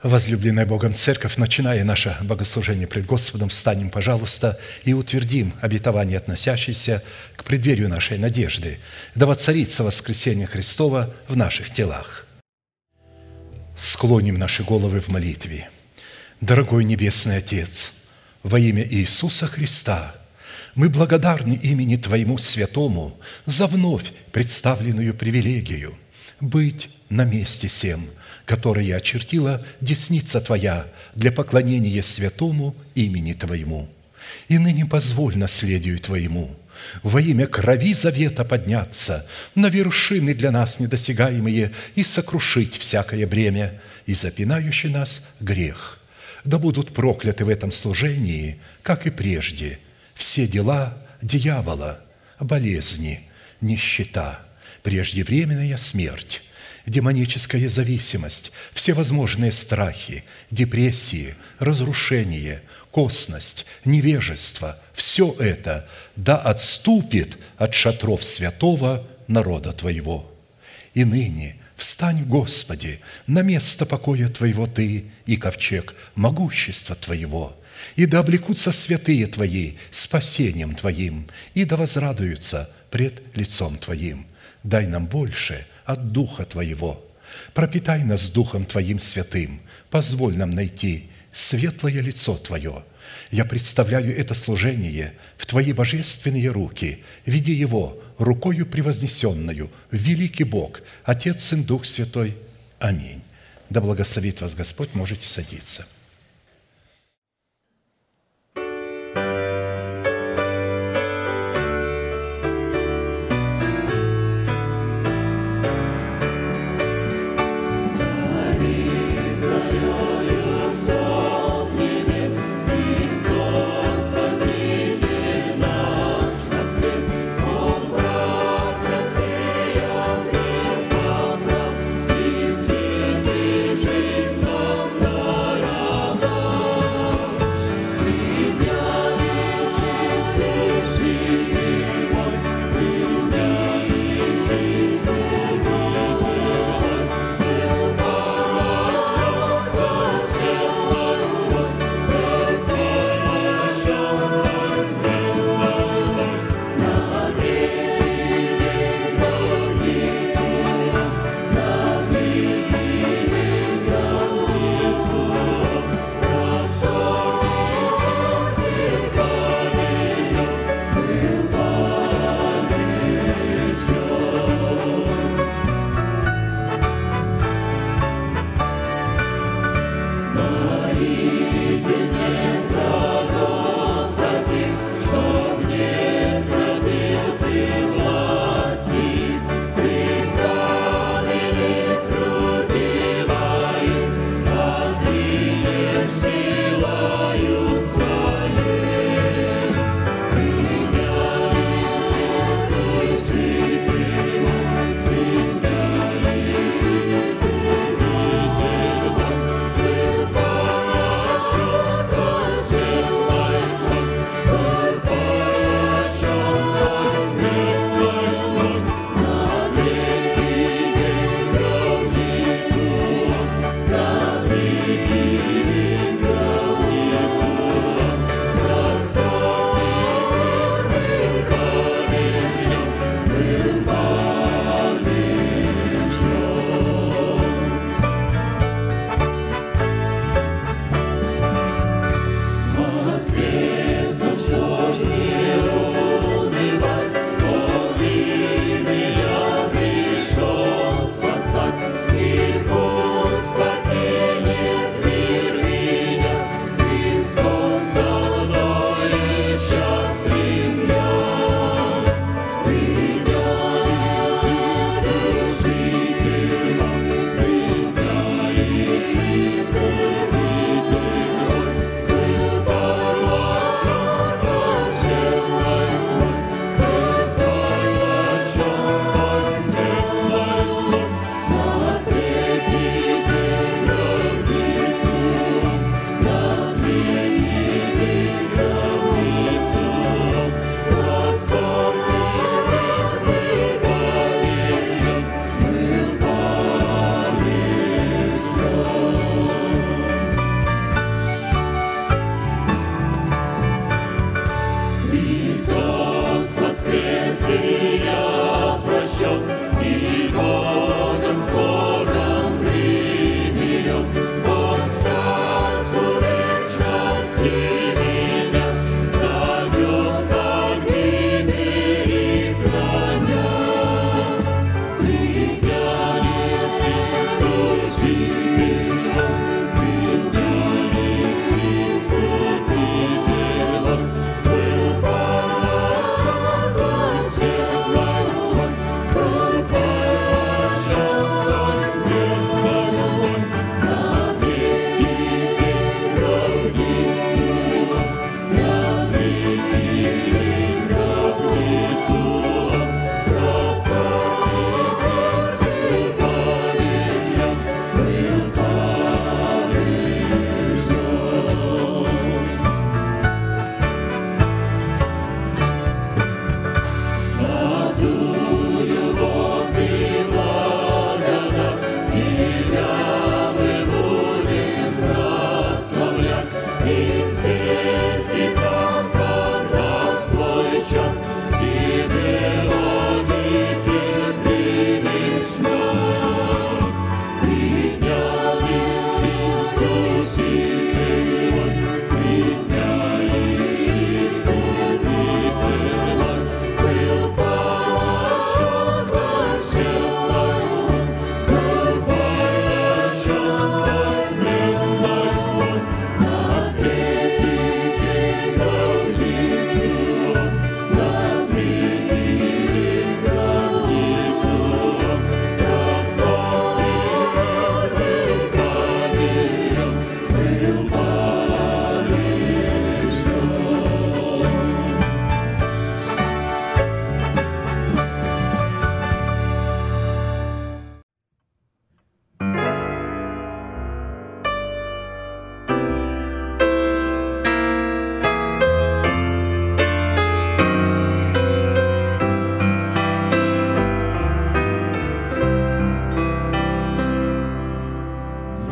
Возлюбленная Богом Церковь, начиная наше богослужение пред Господом, встанем, пожалуйста, и утвердим обетование, относящееся к преддверию нашей надежды, да воцарится воскресение Христова в наших телах. Склоним наши головы в молитве. Дорогой Небесный Отец, во имя Иисуса Христа, мы благодарны имени Твоему Святому за вновь представленную привилегию быть на месте сем, которое очертила десница Твоя для поклонения святому имени Твоему. И ныне позволь наследию Твоему во имя крови завета подняться на вершины для нас недосягаемые и сокрушить всякое бремя и запинающий нас грех. Да будут прокляты в этом служении, как и прежде, все дела дьявола, болезни, нищета, преждевременная смерть, демоническая зависимость, всевозможные страхи, депрессии, разрушение, косность, невежество – все это да отступит от шатров святого народа Твоего. И ныне встань, Господи, на место покоя Твоего Ты и ковчег могущества Твоего, и да облекутся святые Твои спасением Твоим, и да возрадуются пред лицом Твоим. Дай нам больше от Духа Твоего. Пропитай нас Духом Твоим святым. Позволь нам найти светлое лицо Твое. Я представляю это служение в Твои божественные руки. Веди его рукою превознесенную, великий Бог, Отец, Сын, Дух Святой. Аминь. Да благословит вас Господь, можете садиться.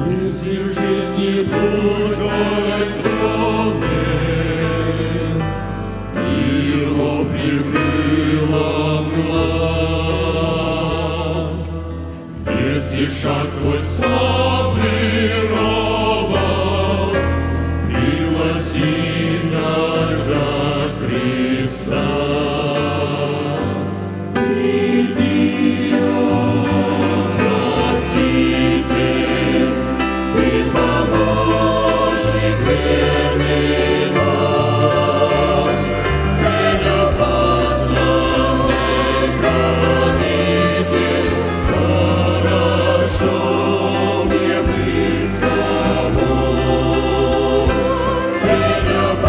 Если в жизни путать темный, его прикрыла мгла, если шаг твой слабый робок, пригласи тогда Христа. Приди, О Спаситель, Ты помощник верный нам, средь опасных заметил, хорошо мне быть с тобой. Средь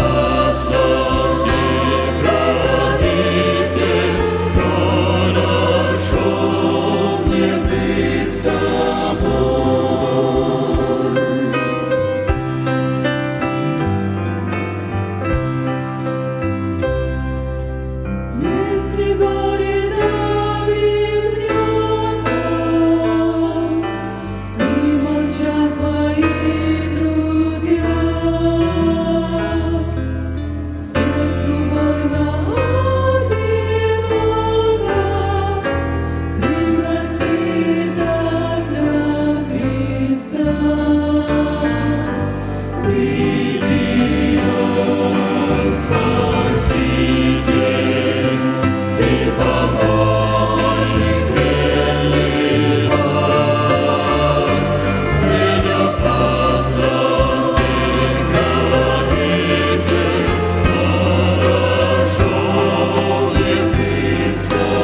опасных заметил, хорошо мне быть с тобой. Если горе давит гнетом, и молчат твои друзья, сердцу больно одиноко, пригласи тогда Христа. Приди, О Спаситель, Ты помощник верный нам, средь опасных заметил, хорошо мне быть с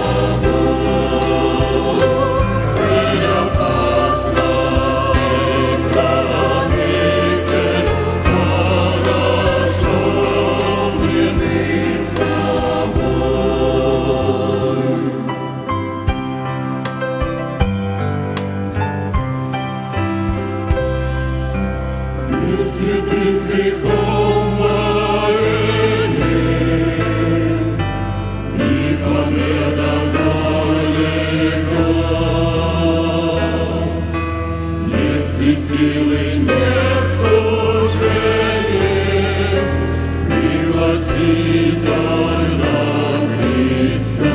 тобой. Средь опасных заметил, хорошо мне быть с тобой. Если ты с грехом военен, и победа далека, если силы нет служения, пригласи тогда Христа.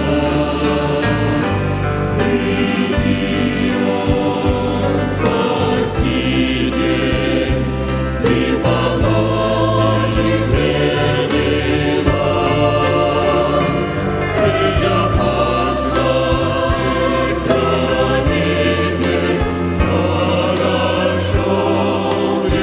Приди, О Спаситель, Ты помощник верный нам, средь опасных заметил, хорошо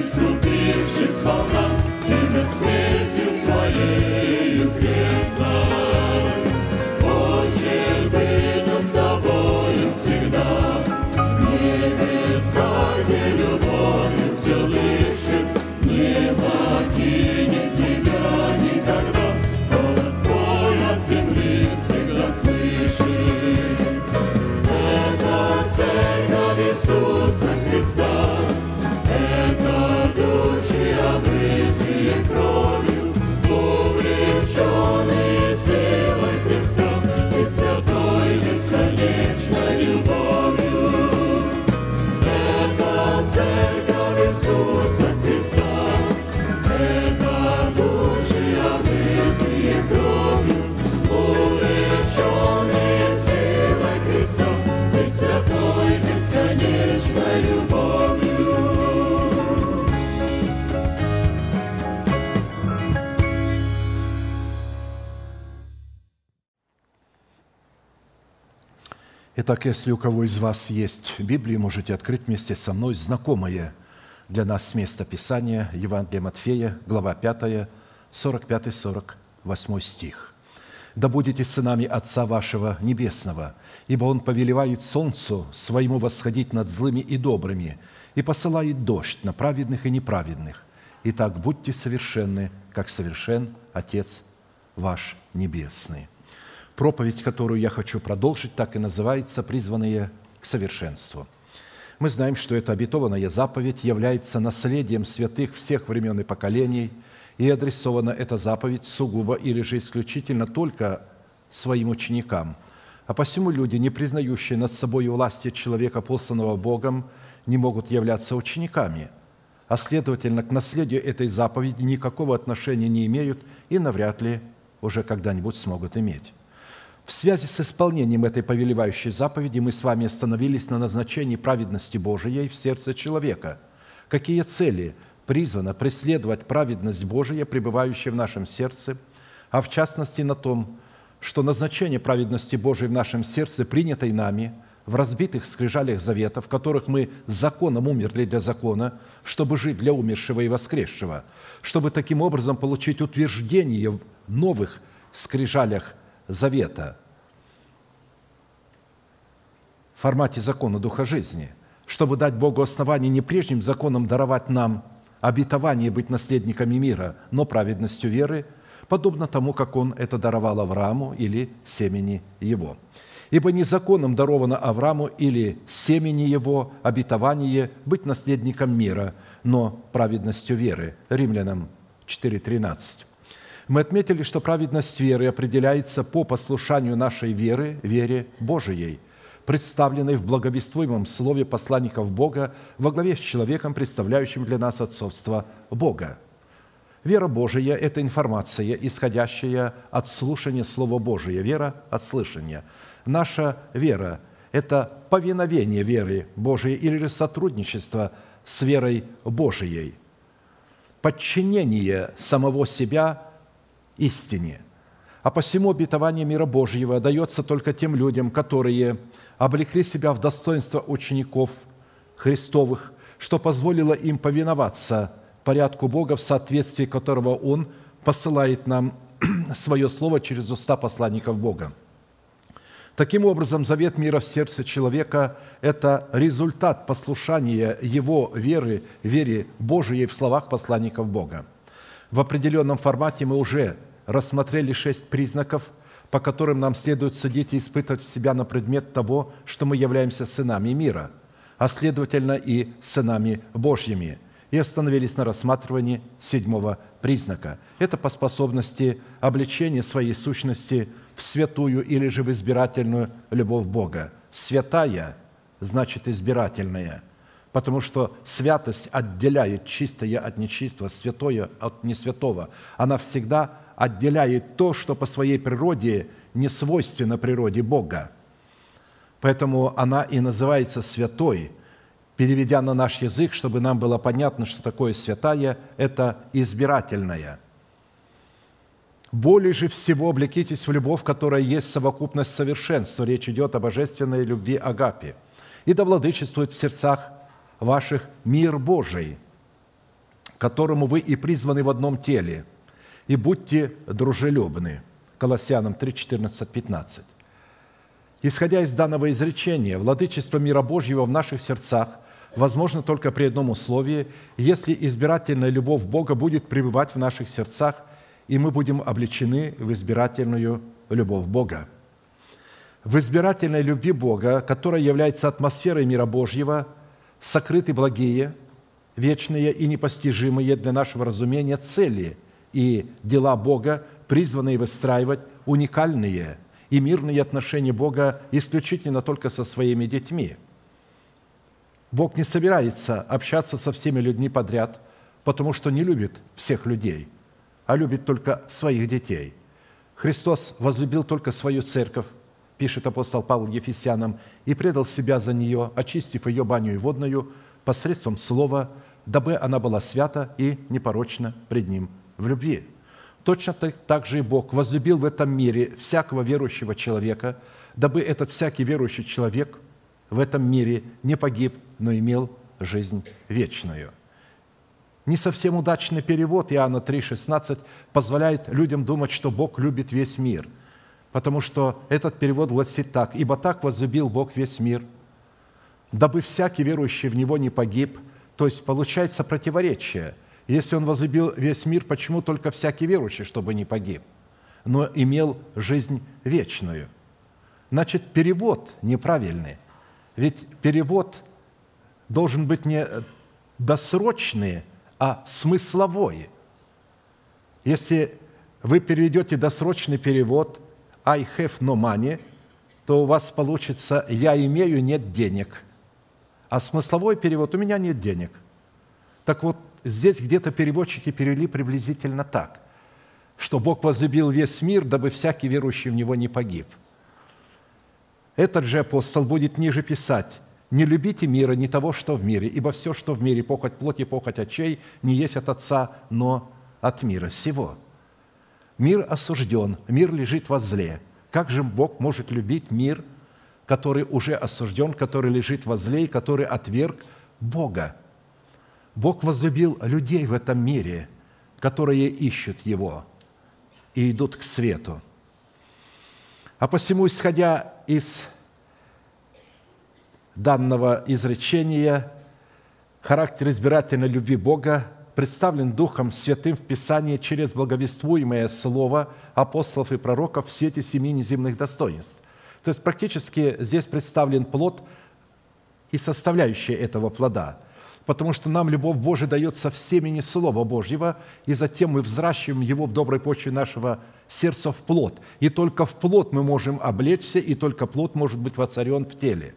искупивший сполна Тебя смертью Своею крестной. Хочешь быть с Тобою всегда, в небесах, где любовью все дышит, не покинет Тебя никогда, голос Твой от земли всегда слышит. Это Церковь Иисуса Христа, это души, омытые кровью, увлеченные силой креста и святой бесконечной любовью. Это Церковь Иисуса Христа, это души, омытые кровью, увлеченные силой креста и святой бесконечной любовью. Итак, если у кого из вас есть Библия, можете открыть вместе со мной знакомое для нас место Писания, Евангелие Матфея, глава 5, 45-48 стих. «Да будете сынами Отца вашего Небесного, ибо Он повелевает солнцу своему восходить над злыми и добрыми, и посылает дождь на праведных и неправедных. Итак, будьте совершенны, как совершен Отец ваш Небесный». Проповедь, которую я хочу продолжить, так и называется «Призванные к совершенству». Мы знаем, что эта обетованная заповедь является наследием святых всех времен и поколений, и адресована эта заповедь сугубо или же исключительно только своим ученикам. А посему люди, не признающие над собой власти человека, посланного Богом, не могут являться учениками, а следовательно, к наследию этой заповеди никакого отношения не имеют и навряд ли уже когда-нибудь смогут иметь. В связи с исполнением этой повелевающей заповеди мы с вами остановились на назначении праведности Божией в сердце человека. Какие цели призвано преследовать праведность Божия, пребывающая в нашем сердце, а в частности на том, что назначение праведности Божией в нашем сердце, принятой нами в разбитых скрижалях завета, в которых мы законом умерли для закона, чтобы жить для умершего и воскресшего, чтобы таким образом получить утверждение в новых скрижалях завета в формате закона Духа жизни, чтобы дать Богу основание не прежним законом даровать нам обетование быть наследниками мира, но праведностью веры, подобно тому, как Он это даровал Аврааму или семени его. Ибо не законом даровано Аврааму или семени его обетование быть наследником мира, но праведностью веры. Римлянам 4:13. Мы отметили, что праведность веры определяется по послушанию нашей веры, вере Божией, представленной в благовествуемом слове посланников Бога во главе с человеком, представляющим для нас отцовство Бога. Вера Божия – это информация, исходящая от слушания Слова Божия, вера от слышания. Наша вера – это повиновение веры Божией или же сотрудничество с верой Божией, подчинение самого себя истине. А посему обетование мира Божьего дается только тем людям, которые облекли себя в достоинство учеников Христовых, что позволило им повиноваться порядку Бога, в соответствии которого Он посылает нам свое Слово через уста посланников Бога. Таким образом, завет мира в сердце человека – это результат послушания его веры, вере Божией в словах посланников Бога. В определенном формате мы уже рассмотрели 6 признаков, по которым нам следует судить и испытывать себя на предмет того, что мы являемся сынами мира, а следовательно и сынами Божьими, и остановились на рассматривании 7-го признака. Это по способности облечения своей сущности в святую или же в избирательную любовь Бога. Святая значит избирательная, потому что святость отделяет чистое от нечистого, святое от несвятого. Она всегда отделяет то, что по своей природе не свойственно природе Бога. Поэтому она и называется святой, переведя на наш язык, чтобы нам было понятно, что такое святая – это избирательная. Более же всего облекитесь в любовь, которая есть совокупность совершенства. Речь идет о божественной любви агапе. И да владычествует в сердцах ваших мир Божий. которому вы и призваны в одном теле, и будьте дружелюбны». Колоссянам 3, 14, 15. Исходя из данного изречения, владычество мира Божьего в наших сердцах возможно только при одном условии, если избирательная любовь Бога будет пребывать в наших сердцах, и мы будем облечены в избирательную любовь Бога. В избирательной любви Бога, которая является атмосферой мира Божьего, сокрыты благие, вечные и непостижимые для нашего разумения цели и дела Бога, призванные выстраивать уникальные и мирные отношения Бога исключительно только со своими детьми. Бог не собирается общаться со всеми людьми подряд, потому что не любит всех людей, а любит только своих детей. Христос возлюбил только свою церковь, пишет апостол Павел Ефесянам, и предал себя за нее, очистив ее баню и водную посредством слова, дабы она была свята и непорочна пред Ним в любви. Точно так же и Бог возлюбил в этом мире всякого верующего человека, дабы этот всякий верующий человек в этом мире не погиб, но имел жизнь вечную. Не совсем удачный перевод Иоанна 3,16 позволяет людям думать, что Бог любит весь мир, потому что этот перевод гласит так: «Ибо так возлюбил Бог весь мир, дабы всякий верующий в Него не погиб». То есть получается противоречие. Если Он возлюбил весь мир, почему только всякий верующий, чтобы не погиб, но имел жизнь вечную? Значит, перевод неправильный. Ведь перевод должен быть не досрочный, а смысловой. Если вы переведете досрочный перевод «I have no money», то у вас получится «я имею, нет денег». А смысловой перевод «у меня нет денег». Так вот, здесь где-то переводчики перевели приблизительно так, что Бог возлюбил весь мир, дабы всякий верующий в Него не погиб. Этот же апостол будет ниже писать: «Не любите мира, не того, что в мире, ибо все, что в мире, похоть плоти, похоть очей, не есть от Отца, но от мира сего». Мир осужден, мир лежит во зле. Как же Бог может любить мир, который уже осужден, который лежит во зле и который отверг Бога? Бог возлюбил людей в этом мире, которые ищут Его и идут к свету. А посему, исходя из данного изречения, характер избирательной любви Бога представлен Духом Святым в Писании через благовествуемое слово апостолов и пророков в свете 7 неземных достоинств. То есть практически здесь представлен плод и составляющие этого плода, потому что нам любовь Божия дается в семени Слова Божьего, и затем мы взращиваем его в доброй почве нашего сердца в плод. И только в плод мы можем облечься, и только плод может быть воцарен в теле.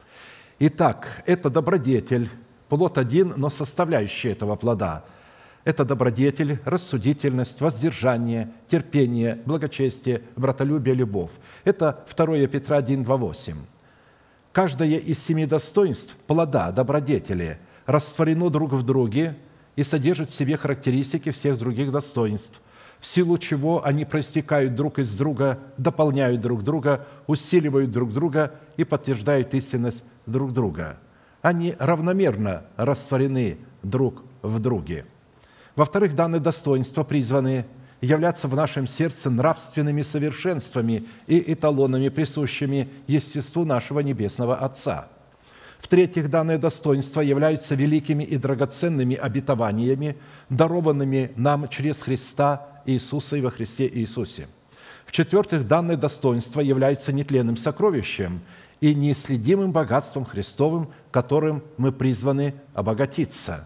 Итак, это добродетель, плод один, но составляющие этого плода. Это добродетель, рассудительность, воздержание, терпение, благочестие, братолюбие, любовь. Это 2 Петра 1, 2, 8. Каждое из 7 достоинств плода, добродетели, растворено друг в друге и содержит в себе характеристики всех других достоинств, в силу чего они проистекают друг из друга, дополняют друг друга, усиливают друг друга и подтверждают истинность друг друга. Они равномерно растворены друг в друге. Во-вторых, данные достоинства призваны являться в нашем сердце нравственными совершенствами и эталонами, присущими естеству нашего Небесного Отца. В-третьих, данные достоинства являются великими и драгоценными обетованиями, дарованными нам через Христа Иисуса и во Христе Иисусе. В-четвертых, данные достоинства являются нетленным сокровищем и неисследимым богатством Христовым, которым мы призваны обогатиться.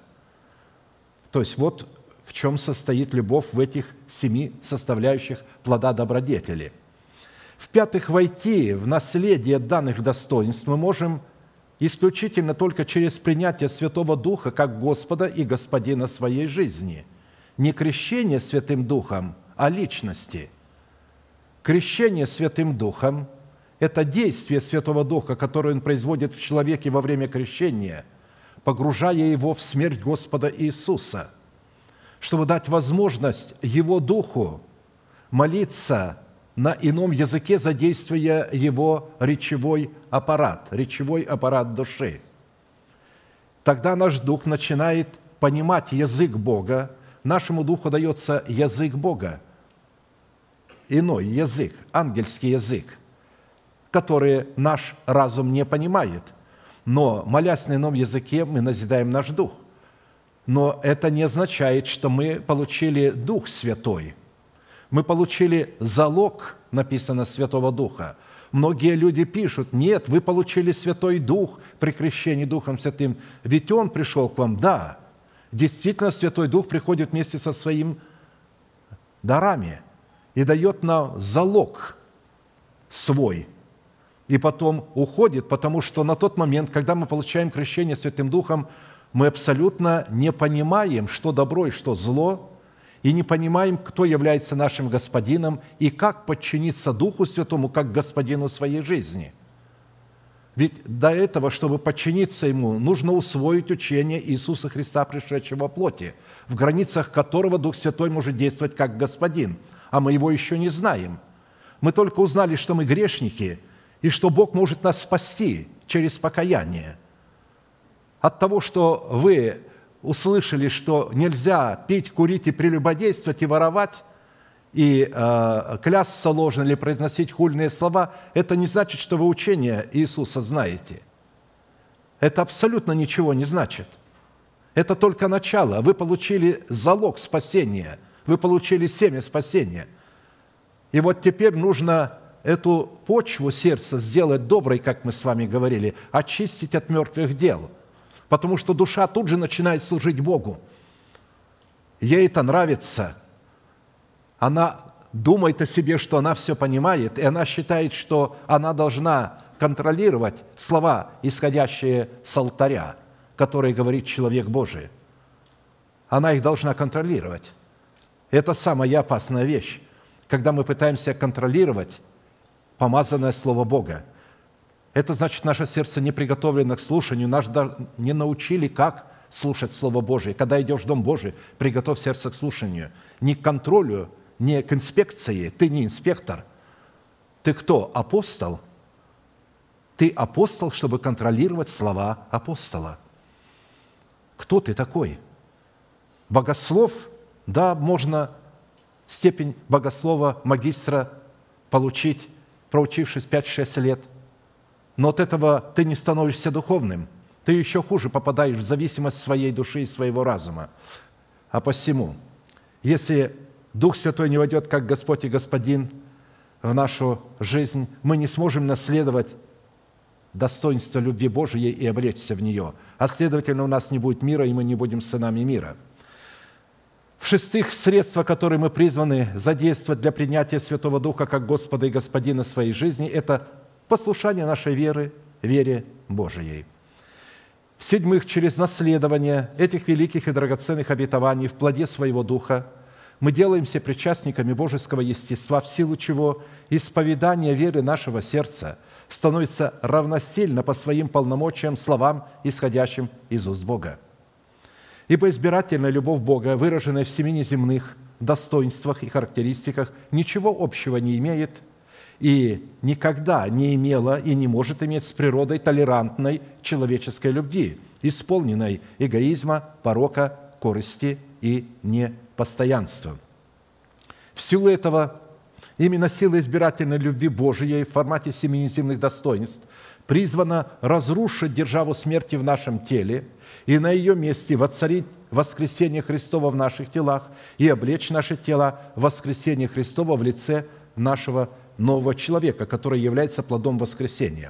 То есть вот в чем состоит любовь в этих 7 составляющих плода добродетели. В-пятых, войти в наследие данных достоинств мы можем исключительно только через принятие Святого Духа как Господа и Господина своей жизни. Не крещение Святым Духом, а личности. Крещение Святым Духом – это действие Святого Духа, которое Он производит в человеке во время крещения, погружая его в смерть Господа Иисуса, чтобы дать возможность Его Духу молиться на ином языке, задействуя его речевой аппарат души. Тогда наш дух начинает понимать язык Бога, нашему духу дается язык Бога, иной язык, ангельский язык, который наш разум не понимает. Но, молясь на ином языке, мы назидаем наш дух. Но это не означает, что мы получили Дух Святой. Мы получили залог, написано, Святого Духа. Многие люди пишут: нет, вы получили Святой Дух при крещении Духом Святым, ведь Он пришел к вам. Да, действительно, Святой Дух приходит вместе со своим дарами и дает нам залог свой, и потом уходит, потому что на тот момент, когда мы получаем крещение Святым Духом, мы абсолютно не понимаем, что добро и что зло, и не понимаем, кто является нашим Господином и как подчиниться Духу Святому как Господину своей жизни. Ведь до этого, чтобы подчиниться Ему, нужно усвоить учение Иисуса Христа, пришедшего во плоти, в границах которого Дух Святой может действовать как Господин, а мы Его еще не знаем. Мы только узнали, что мы грешники, и что Бог может нас спасти через покаяние. От того, что вы услышали, что нельзя пить, курить и прелюбодействовать, и воровать, и клясться ложно или произносить хульные слова, это не значит, что вы учение Иисуса знаете. Это абсолютно ничего не значит. Это только начало. Вы получили залог спасения, вы получили семя спасения. И вот теперь нужно эту почву сердца сделать доброй, как мы с вами говорили, очистить от мертвых дел. Потому что душа тут же начинает служить Богу. Ей это нравится. Она думает о себе, что она все понимает, и она считает, что она должна контролировать слова, исходящие с алтаря, которые говорит человек Божий. Она их должна контролировать. Это самая опасная вещь, когда мы пытаемся контролировать помазанное Слово Бога. Это значит, наше сердце не приготовлено к слушанию, нас не научили, как слушать Слово Божие. Когда идешь в Дом Божий, приготовь сердце к слушанию. Не к контролю, не к инспекции. Ты не инспектор. Ты кто? Апостол? Ты апостол, чтобы контролировать слова апостола. Кто ты такой? Богослов? Да, можно степень богослова, магистра получить, проучившись 5-6 лет. Но от этого ты не становишься духовным. Ты еще хуже попадаешь в зависимость своей души и своего разума. А посему, если Дух Святой не войдет как Господь и Господин в нашу жизнь, мы не сможем наследовать достоинство любви Божией и облечься в нее. А следовательно, у нас не будет мира, и мы не будем сынами мира. В-шестых, средства, которые мы призваны задействовать для принятия Святого Духа как Господа и Господина своей жизни, это послушание нашей вере Божией. В-седьмых, через наследование этих великих и драгоценных обетований в плоде своего Духа мы делаемся причастниками божеского естества, в силу чего исповедание веры нашего сердца становится равносильно по своим полномочиям словам, исходящим из уст Бога. Ибо избирательная любовь Бога, выраженная в семи неземных достоинствах и характеристиках, ничего общего не имеет и никогда не имела и не может иметь с природой толерантной человеческой любви, исполненной эгоизма, порока, корысти и непостоянства. В силу этого именно сила избирательной любви Божией в формате семи неземных достоинств призвана разрушить державу смерти в нашем теле и на ее месте воцарить воскресение Христова в наших телах и облечь наши тела в воскресение Христова в лице нашего нового человека, который является плодом воскресения.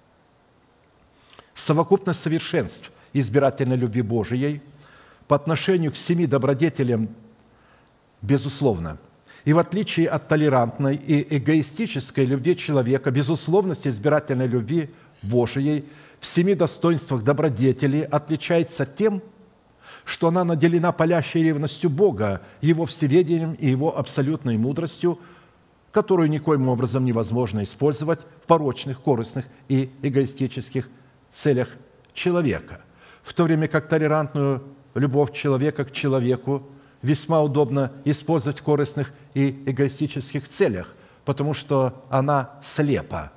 Совокупность совершенств избирательной любви Божией по отношению к семи добродетелям, безусловно, и в отличие от толерантной и эгоистической любви человека, безусловность избирательной любви Божией в семи достоинствах добродетели отличается тем, что она наделена палящей ревностью Бога, Его всеведением и Его абсолютной мудростью, которую никоим образом невозможно использовать в порочных, корыстных и эгоистических целях человека. В то время как толерантную любовь человека к человеку весьма удобно использовать в корыстных и эгоистических целях, потому что она слепа.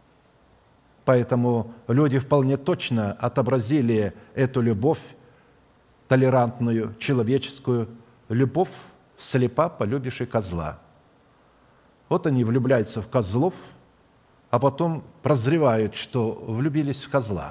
Поэтому люди вполне точно отобразили эту любовь толерантную, человеческую любовь слепа, полюбишь и козла. Вот они влюбляются в козлов, а потом прозревают, что влюбились в козла.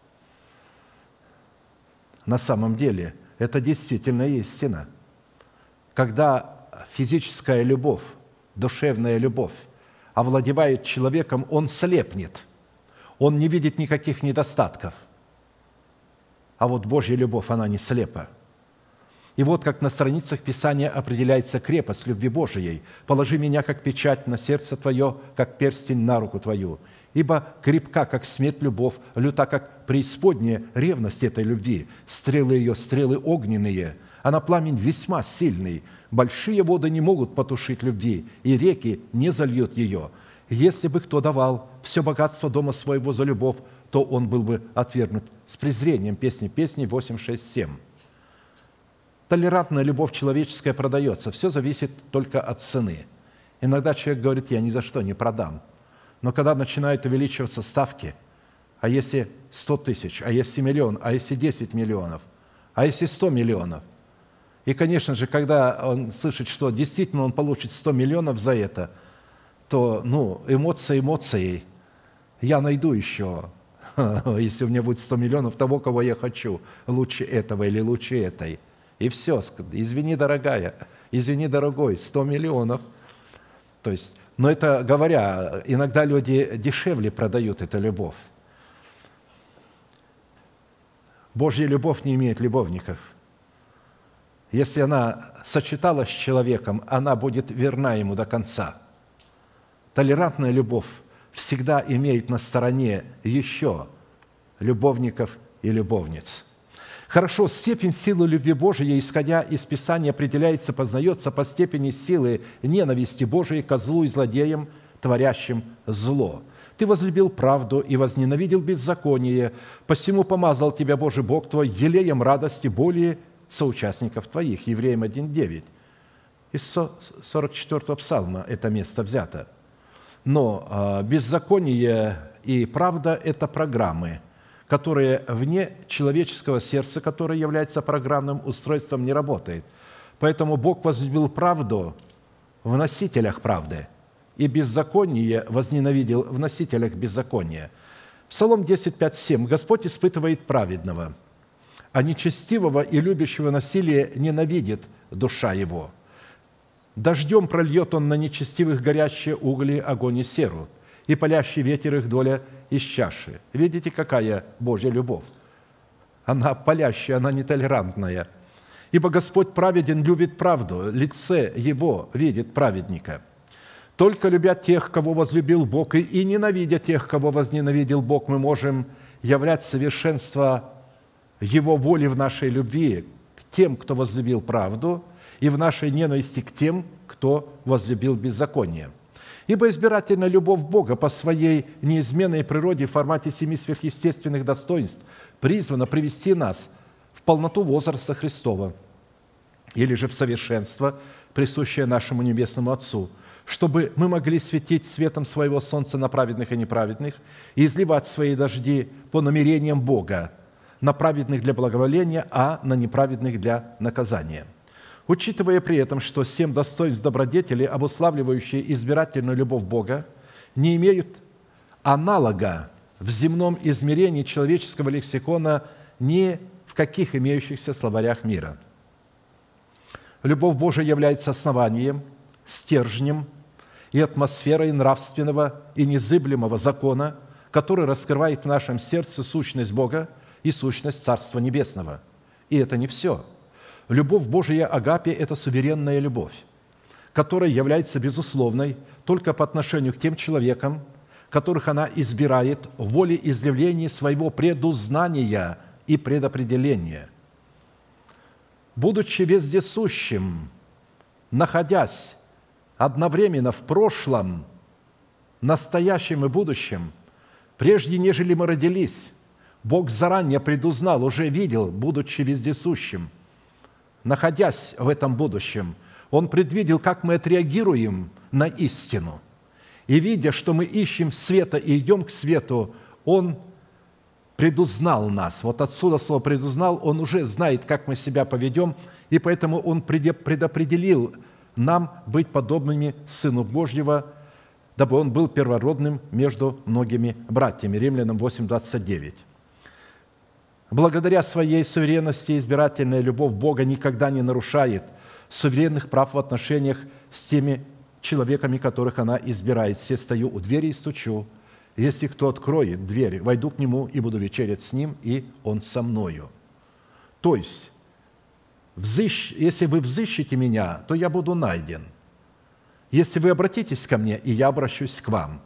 На самом деле, это действительно истина. Когда физическая любовь, душевная любовь овладевает человеком, он слепнет, он не видит никаких недостатков. А вот Божья любовь, она не слепа. И вот как на страницах Писания определяется крепость любви Божией. «Положи меня, как печать, на сердце твое, как перстень на руку твою. Ибо крепка, как смерть, любовь, люта, как преисподняя ревность этой любви. Стрелы ее, стрелы огненные, она пламень весьма сильный. Большие воды не могут потушить любви, и реки не зальют ее. Если бы кто давал все богатство дома своего за любовь, то он был бы отвергнут с презрением». Песней 8, 6, 7. Толерантная любовь человеческая продается. Все зависит только от цены. Иногда человек говорит: я ни за что не продам. Но когда начинают увеличиваться ставки, а если 100 тысяч, а если миллион, а если 10 миллионов, а если 100 миллионов, и, конечно же, когда он слышит, что действительно он получит 100 миллионов за это, то, эмоция эмоцией. Я найду еще, если у меня будет 100 миллионов, того, кого я хочу, лучше этого или лучше этой. И все. Извини, дорогая, извини, дорогой, 100 миллионов. То есть, но это говоря, иногда люди дешевле продают эту любовь. Божья любовь не имеет любовников. Если она сочеталась с человеком, она будет верна ему до конца. Толерантная любовь всегда имеет на стороне еще любовников и любовниц. Хорошо, степень силы любви Божией, исходя из Писания, определяется, познается по степени силы ненависти Божией ко злу и злодеям, творящим зло. Ты возлюбил правду и возненавидел беззаконие, посему помазал тебя Божий Бог твой елеем радости более соучастников твоих». Евреям 1:9. Из 44-го псалма это место взято. Но беззаконие и правда – это программы, которые вне человеческого сердца, которое является программным устройством, не работает. Поэтому Бог возлюбил правду в носителях правды, и беззаконие возненавидел в носителях беззакония. Псалом 10, 5, 7. «Господь испытывает праведного, а нечестивого и любящего насилие ненавидит душа его. Дождем прольет он на нечестивых горящие угли, огонь и серу, и палящий ветер их доля из чаши». Видите, какая Божья любовь? Она палящая, она нетолерантная. «Ибо Господь праведен, любит правду, лице Его видит праведника. Только любя тех, кого возлюбил Бог, и ненавидя тех, кого возненавидел Бог, мы можем являть совершенство Его воли в нашей любви к тем, кто возлюбил правду, и в нашей ненависти к тем, кто возлюбил беззаконие. Ибо избирательная любовь Бога по своей неизменной природе в формате 7 сверхъестественных достоинств призвана привести нас в полноту возраста Христова, или же в совершенство, присущее нашему Небесному Отцу, чтобы мы могли светить светом своего солнца на праведных и неправедных и изливать свои дожди по намерениям Бога, на праведных для благоволения, а на неправедных для наказания. Учитывая при этом, что 7 достоинств добродетели, обуславливающие избирательную любовь Бога, не имеют аналога в земном измерении человеческого лексикона ни в каких имеющихся словарях мира. Любовь Божия является основанием, стержнем и атмосферой нравственного и незыблемого закона, который раскрывает в нашем сердце сущность Бога и сущность Царства Небесного. И это не все. Любовь Божия агапе – это суверенная любовь, которая является безусловной только по отношению к тем человекам, которых она избирает в воле изъявления своего предузнания и предопределения. Будучи вездесущим, находясь одновременно в прошлом, настоящем и будущем, прежде нежели мы родились, Бог заранее предузнал, уже видел, будучи вездесущим, находясь в этом будущем, Он предвидел, как мы отреагируем на истину. И видя, что мы ищем света и идем к свету, Он предузнал нас. Вот отсюда слово «предузнал», Он уже знает, как мы себя поведем, и поэтому Он предопределил нам быть подобными Сыну Божьего, дабы Он был первородным между многими братьями. Римлянам 8:29. Благодаря своей суверенности избирательная любовь Бога никогда не нарушает суверенных прав в отношениях с теми человеками, которых она избирает. «Се стою у двери и стучу. Если кто откроет дверь, войду к нему и буду вечерять с ним, и он со мною». То есть, если вы взыщете меня, то я буду найден. Если вы обратитесь ко мне, и я обращусь к вам.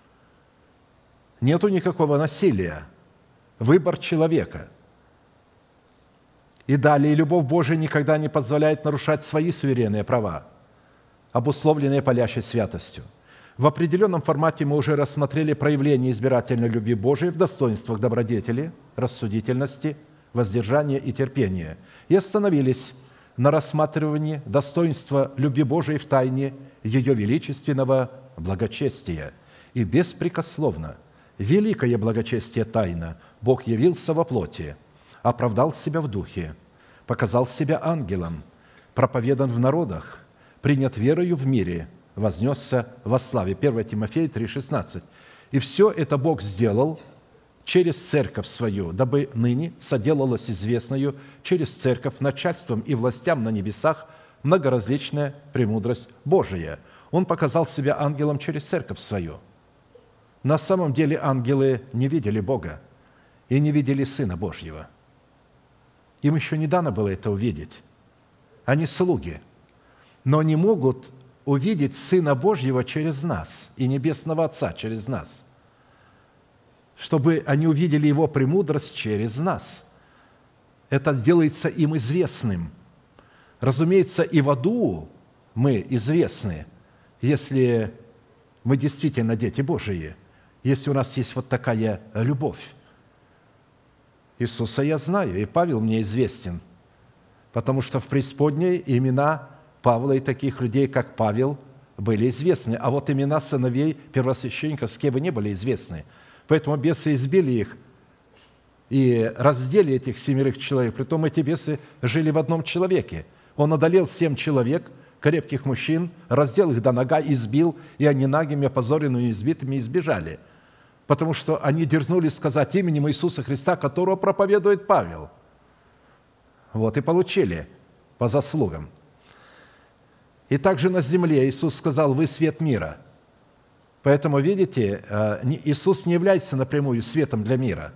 Нету никакого насилия. Выбор человека. И далее, любовь Божия никогда не позволяет нарушать свои суверенные права, обусловленные палящей святостью. В определенном формате мы уже рассмотрели проявление избирательной любви Божией в достоинствах добродетели, рассудительности, воздержания и терпения, и остановились на рассматривании достоинства любви Божией в тайне ее величественного благочестия. И беспрекословно великое благочестие тайна Бог явился во плоти, оправдал себя в духе, показал себя ангелом, проповедан в народах, принят верою в мире, вознесся во славе. 1 Тимофея 3,16. И все это Бог сделал через церковь свою, дабы ныне соделалось известною через церковь начальством и властям на небесах многоразличная премудрость Божия. Он показал себя ангелом через церковь свою. На самом деле ангелы не видели Бога и не видели Сына Божьего. Им еще не дано было это увидеть. Они слуги, но не могут увидеть Сына Божьего через нас и Небесного Отца через нас, чтобы они увидели Его премудрость через нас. Это делается им известным. Разумеется, и в аду мы известны, если мы действительно дети Божии, если у нас есть вот такая любовь. Иисуса я знаю, и Павел мне известен, потому что в преисподней имена Павла и таких людей, как Павел, были известны, а вот имена сыновей первосвященника Скевы не были известны. Поэтому бесы избили их и раздели этих 7 человек. Притом эти бесы жили в одном человеке. Он одолел 7 человек, крепких мужчин, раздел их до нога, избил, и они нагими, опозоренными и избитыми избежали. Потому что они дерзнули сказать именем Иисуса Христа, которого проповедует Павел. Вот и получили по заслугам. И также на земле Иисус сказал: «Вы свет мира». Поэтому, видите, Иисус не является напрямую светом для мира.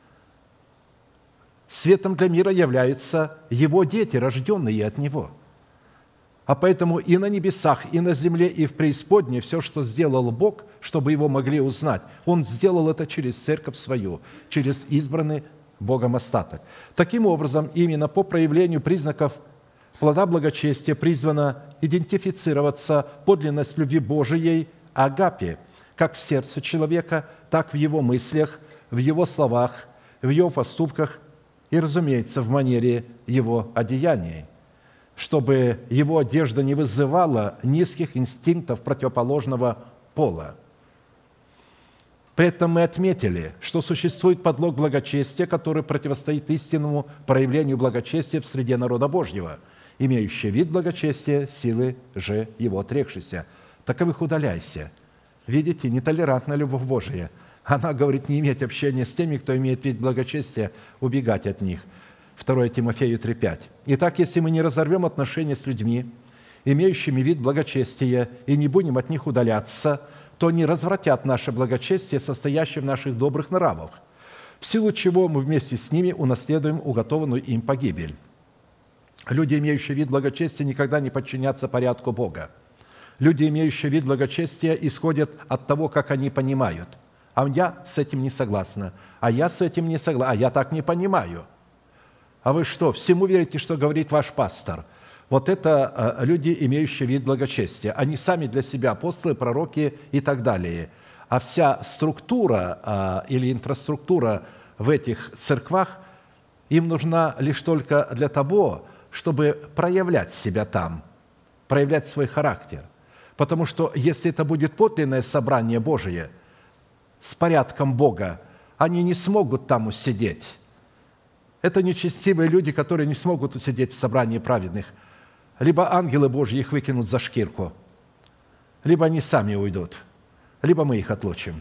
Светом для мира являются Его дети, рожденные от Него. А поэтому и на небесах, и на земле, и в преисподней все, что сделал Бог, чтобы Его могли узнать, Он сделал это через церковь свою, через избранный Богом остаток. Таким образом, именно по проявлению признаков плода благочестия призвана идентифицироваться подлинность любви Божией агапе, как в сердце человека, так в его мыслях, в его словах, в его поступках и, разумеется, в манере его одеяний, чтобы его одежда не вызывала низких инстинктов противоположного пола. При этом мы отметили, что существует подлог благочестия, который противостоит истинному проявлению благочестия в среде народа Божьего, имеющий вид благочестия, силы же его отрекшейся. Таковых удаляйся. Видите, нетолерантна любовь Божия. Она говорит не иметь общения с теми, кто имеет вид благочестия, убегать от них. 2 Тимофею 3,5. Итак, если мы не разорвем отношения с людьми, имеющими вид благочестия, и не будем от них удаляться, то они развратят наше благочестие, состоящее в наших добрых нравах, в силу чего мы вместе с ними унаследуем уготованную им погибель. Люди, имеющие вид благочестия, никогда не подчинятся порядку Бога. Люди, имеющие вид благочестия, исходят от того, как они понимают. А я с этим не согласна, а я с этим не согласна, а я так не понимаю. А вы что, всему верите, что говорит ваш пастор? Вот это люди, имеющие вид благочестия. Они сами для себя апостолы, пророки и так далее. А вся структура или инфраструктура в этих церквах им нужна лишь только для того, чтобы проявлять себя там, проявлять свой характер. Потому что если это будет подлинное собрание Божие с порядком Бога, они не смогут там усидеть. Это нечестивые люди, которые не смогут усидеть в собрании праведных. Либо ангелы Божьи их выкинут за шкирку, либо они сами уйдут, либо мы их отлучим.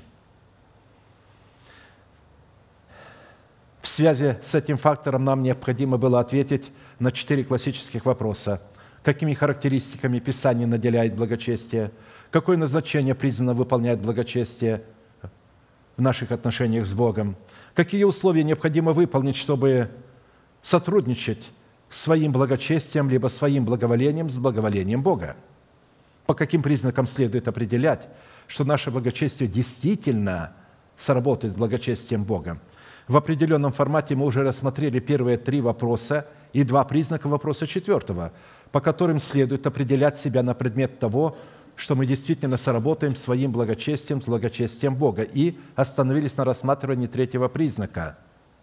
В связи с этим фактором нам необходимо было ответить на 4 классических вопроса. Какими характеристиками Писание наделяет благочестие? Какое назначение призвано выполнять благочестие в наших отношениях с Богом? Какие условия необходимо выполнить, чтобы сотрудничать своим благочестием либо своим благоволением с благоволением Бога? По каким признакам следует определять, что наше благочестие действительно сработает с благочестием Бога? В определенном формате мы уже рассмотрели первые 3 вопроса и 2 признака вопроса 4, по которым следует определять себя на предмет того, что мы действительно сработаем своим благочестием с благочестием Бога, и остановились на рассматривании 3 признака,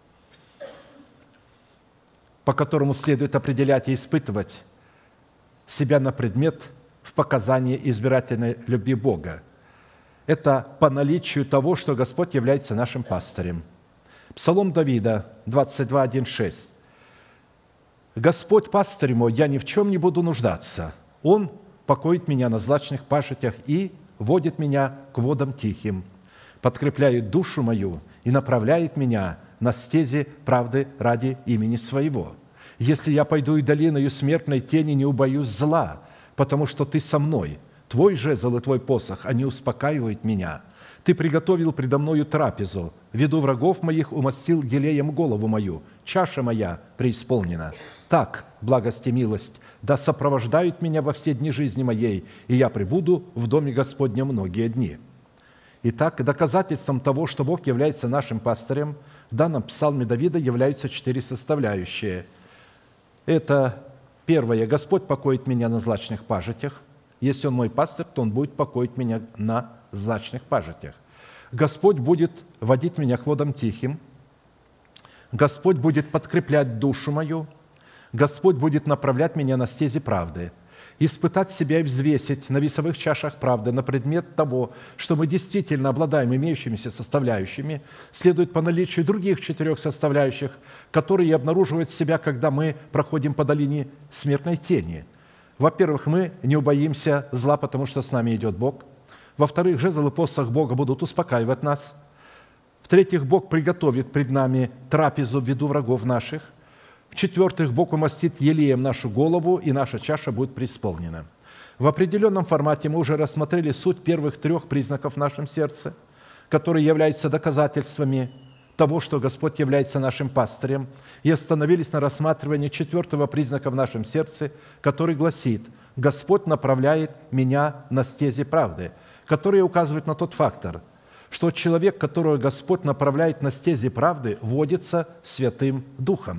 по которому следует определять и испытывать себя на предмет в показании избирательной любви Бога. Это по наличию того, что Господь является нашим пастырем. Псалом Давида, 22:1-6. «Господь пастырь мой, я ни в чем не буду нуждаться. Он покоит меня на злачных пашетях и водит меня к водам тихим, подкрепляет душу мою и направляет меня на стези правды ради имени Своего. Если я пойду и долиною смертной тени, не убоюсь зла, потому что Ты со мной. Твой жезл и Твой посох, они успокаивают меня. Ты приготовил предо мною трапезу, в виду врагов моих умастил елеем голову мою, чаша моя преисполнена. Так, благость и милость, да сопровождают меня во все дни жизни моей, и я пребуду в доме Господнем многие дни». Итак, доказательством того, что Бог является нашим пастырем, в данном псалме Давида являются 4 составляющие. Это первое: Господь покоит меня на злачных пажитях. Если Он мой пастырь, то Он будет покоить меня на злачных пажитях. Господь будет водить меня к водам тихим. Господь будет подкреплять душу мою. Господь будет направлять меня на стези правды. Испытать себя и взвесить на весовых чашах правды на предмет того, что мы действительно обладаем имеющимися составляющими, следует по наличию других 4 составляющих, которые обнаруживают себя, когда мы проходим по долине смертной тени. Во-первых, мы не убоимся зла, потому что с нами идет Бог. Во-вторых, жезл и посох Бога будут успокаивать нас. В-третьих, Бог приготовит пред нами трапезу в виду врагов наших. В-четвертых, Бог умастит елеем нашу голову, и наша чаша будет преисполнена. В определенном формате мы уже рассмотрели суть первых 3 признаков в нашем сердце, которые являются доказательствами того, что Господь является нашим пастырем, и остановились на рассматривании 4 признака в нашем сердце, который гласит: «Господь направляет меня на стези правды», который указывает на тот фактор, что человек, которого Господь направляет на стези правды, водится Святым Духом.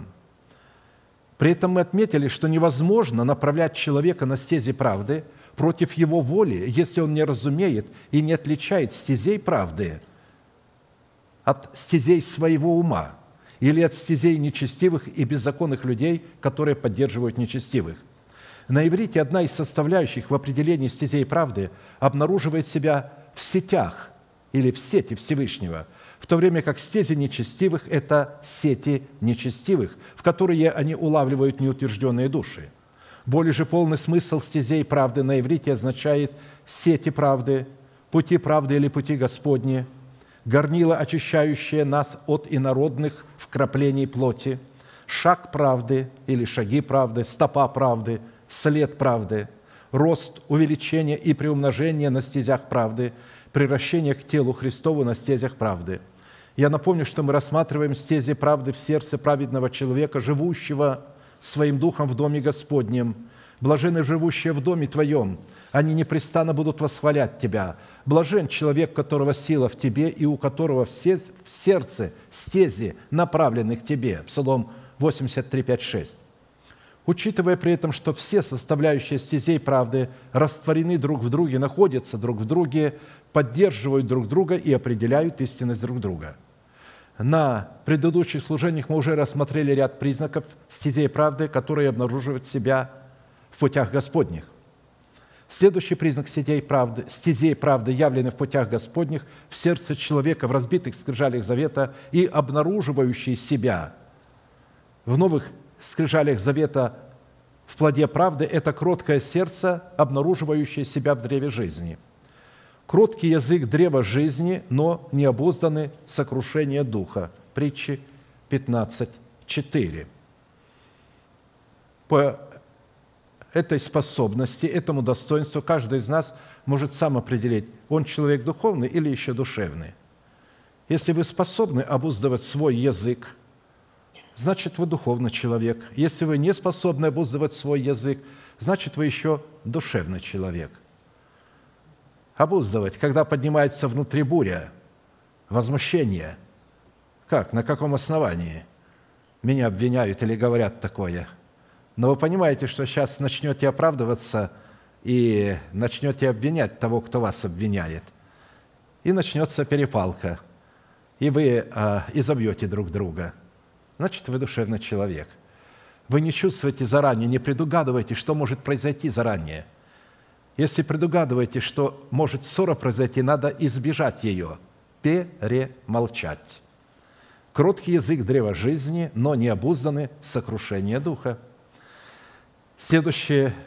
При этом мы отметили, что невозможно направлять человека на стези правды против его воли, если он не разумеет и не отличает стезей правды от стезей своего ума или от стезей нечестивых и беззаконных людей, которые поддерживают нечестивых. На иврите одна из составляющих в определении стезей правды обнаруживает себя в сетях или в сети Всевышнего, в то время как стези нечестивых – это сети нечестивых, в которые они улавливают неутвержденные души. Более же полный смысл стезей правды на иврите означает сети правды, пути правды или пути Господни, горнило, очищающее нас от инородных вкраплений плоти, шаг правды или шаги правды, стопа правды, след правды, рост, увеличение и приумножение на стезях правды, превращение к телу Христову на стезях правды. Я напомню, что мы рассматриваем стези правды в сердце праведного человека, живущего своим духом в доме Господнем. Блаженны живущие в доме Твоем, они непрестанно будут восхвалять Тебя. Блажен человек, которого сила в Тебе и у которого в сердце стези направлены к Тебе. Псалом 83, 5, 6. Учитывая при этом, что все составляющие стезей правды растворены друг в друге, находятся друг в друге, поддерживают друг друга и определяют истинность друг друга. На предыдущих служениях мы уже рассмотрели ряд признаков стезей правды, которые обнаруживают себя в путях Господних. Следующий признак стезей правды, явлены в путях Господних, в сердце человека, в разбитых скрижалях завета и обнаруживающий себя в новых скрижалях завета в плоде правды – это кроткое сердце, обнаруживающее себя в древе жизни. Кроткий язык – древа жизни, но необузданный сокрушение духа. Притчи 15:4. По этой способности, этому достоинству каждый из нас может сам определить, он человек духовный или еще душевный. Если вы способны обуздывать свой язык, значит, вы духовный человек. Если вы не способны обуздывать свой язык, значит, вы еще душевный человек. Обуздывать, когда поднимается внутри буря, возмущение. Как? На каком основании? Меня обвиняют или говорят такое. Но вы понимаете, что сейчас начнете оправдываться и начнете обвинять того, кто вас обвиняет. И начнется перепалка. И вы изобьете друг друга. Значит, вы душевный человек. Вы не чувствуете заранее, не предугадываете, что может произойти заранее. Если предугадываете, что может ссора произойти, надо избежать ее, перемолчать. Кроткий язык – древа жизни, но необузданный сокрушение духа. Следующее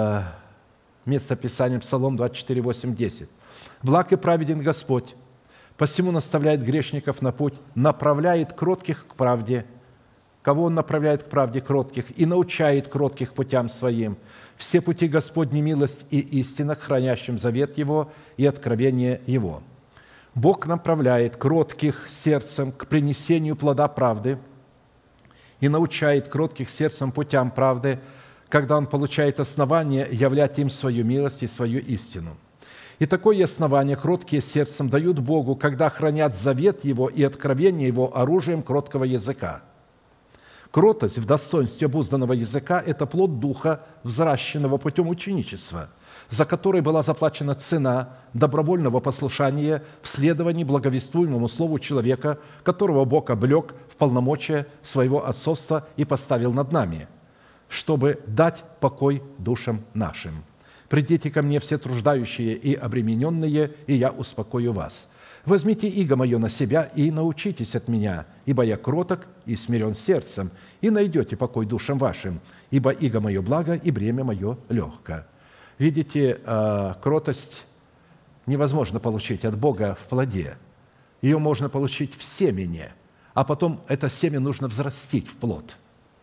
место Писания, Псалом 24, 8, 10. «Благ и праведен Господь, посему наставляет грешников на путь, направляет кротких к правде». Кого Он направляет к правде? Кротких. «И научает кротких путям Своим. Все пути Господни милость и истина, хранящим завет Его и откровение Его». Бог направляет кротких сердцем к принесению плода правды и научает кротких сердцем путям правды, когда Он получает основание являть им свою милость и свою истину. И такое основание кроткие сердцем дают Богу, когда хранят завет Его и откровение Его оружием кроткого языка. Кротость в достоинстве обузданного языка – это плод духа, взращенного путем ученичества, за который была заплачена цена добровольного послушания в следовании благовествуемому слову человека, которого Бог облек в полномочия своего отцовства и поставил над нами, чтобы дать покой душам нашим. «Придите ко мне все труждающие и обремененные, и я успокою вас. Возьмите иго мое на себя и научитесь от меня, ибо я кроток и смирен сердцем, и найдете покой душам вашим, ибо иго мое благо и бремя мое легко». Видите, кротость невозможно получить от Бога в плоде. Ее можно получить в семени, а потом это семя нужно взрастить в плод.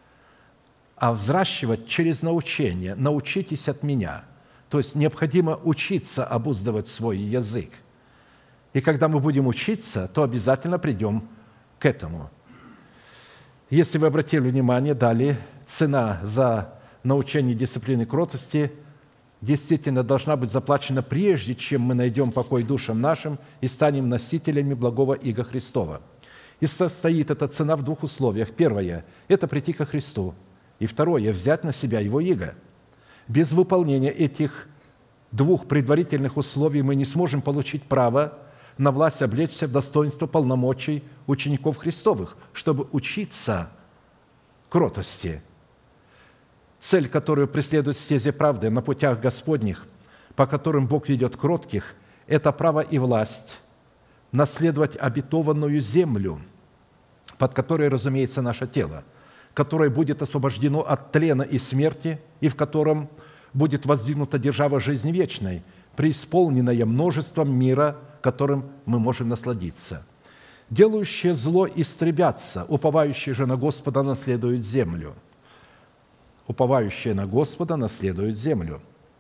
А взращивать через научение. «Научитесь от меня». То есть необходимо учиться обуздывать свой язык. И когда мы будем учиться, то обязательно придем к этому. Если вы обратили внимание, далее цена за научение дисциплины кротости действительно должна быть заплачена прежде, чем мы найдем покой душам нашим и станем носителями благого иго Христова. И состоит эта цена в двух условиях. Первое – это прийти ко Христу. И второе – взять на себя Его иго. Без выполнения этих двух предварительных условий мы не сможем получить право на власть облечься в достоинство полномочий учеников Христовых, чтобы учиться кротости. Цель, которую преследует стези правды на путях Господних, по которым Бог ведет кротких, это право и власть наследовать обетованную землю, под которой, разумеется, наше тело, которое будет освобождено от тлена и смерти, и в котором будет воздвигнута держава жизни вечной, преисполненная множеством мира, которым мы можем насладиться. Делающие зло истребятся, уповающие же на Господа наследуют землю. Уповающие на Господа наследуют землю.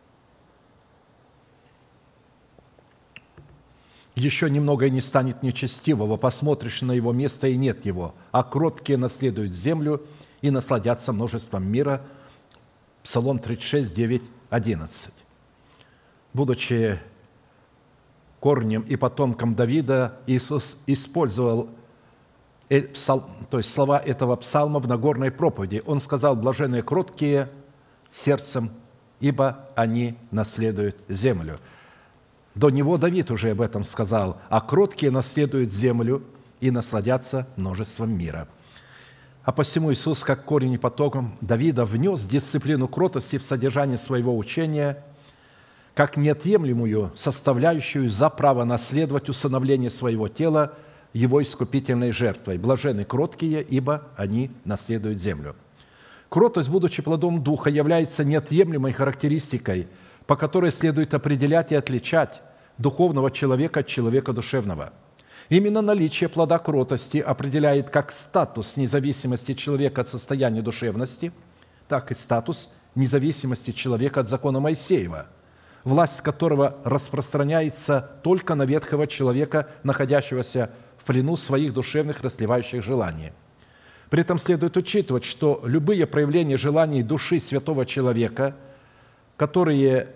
Еще немного и не станет нечестивого, посмотришь на его место, и нет его, а кроткие наследуют землю и насладятся множеством мира. Псалом 36, 9, 11. Будучи корнем и потомком Давида, Иисус использовал слова этого псалма в Нагорной проповеди. Он сказал: «Блаженные кроткие сердцем, ибо они наследуют землю». До него Давид уже об этом сказал: «А кроткие наследуют землю и насладятся множеством мира». А посему Иисус, как корень и потоком Давида, внес дисциплину кротости в содержание своего учения, как неотъемлемую составляющую за право наследовать усыновление своего тела его искупительной жертвой. Блаженны кроткие, ибо они наследуют землю». Кротость, будучи плодом Духа, является неотъемлемой характеристикой, по которой следует определять и отличать духовного человека от человека душевного. Именно наличие плода кротости определяет как статус независимости человека от состояния душевности, так и статус независимости человека от закона Моисеева, власть которого распространяется только на ветхого человека, находящегося в плену своих душевных расливающих желаний. При этом следует учитывать, что любые проявления желаний души святого человека, которые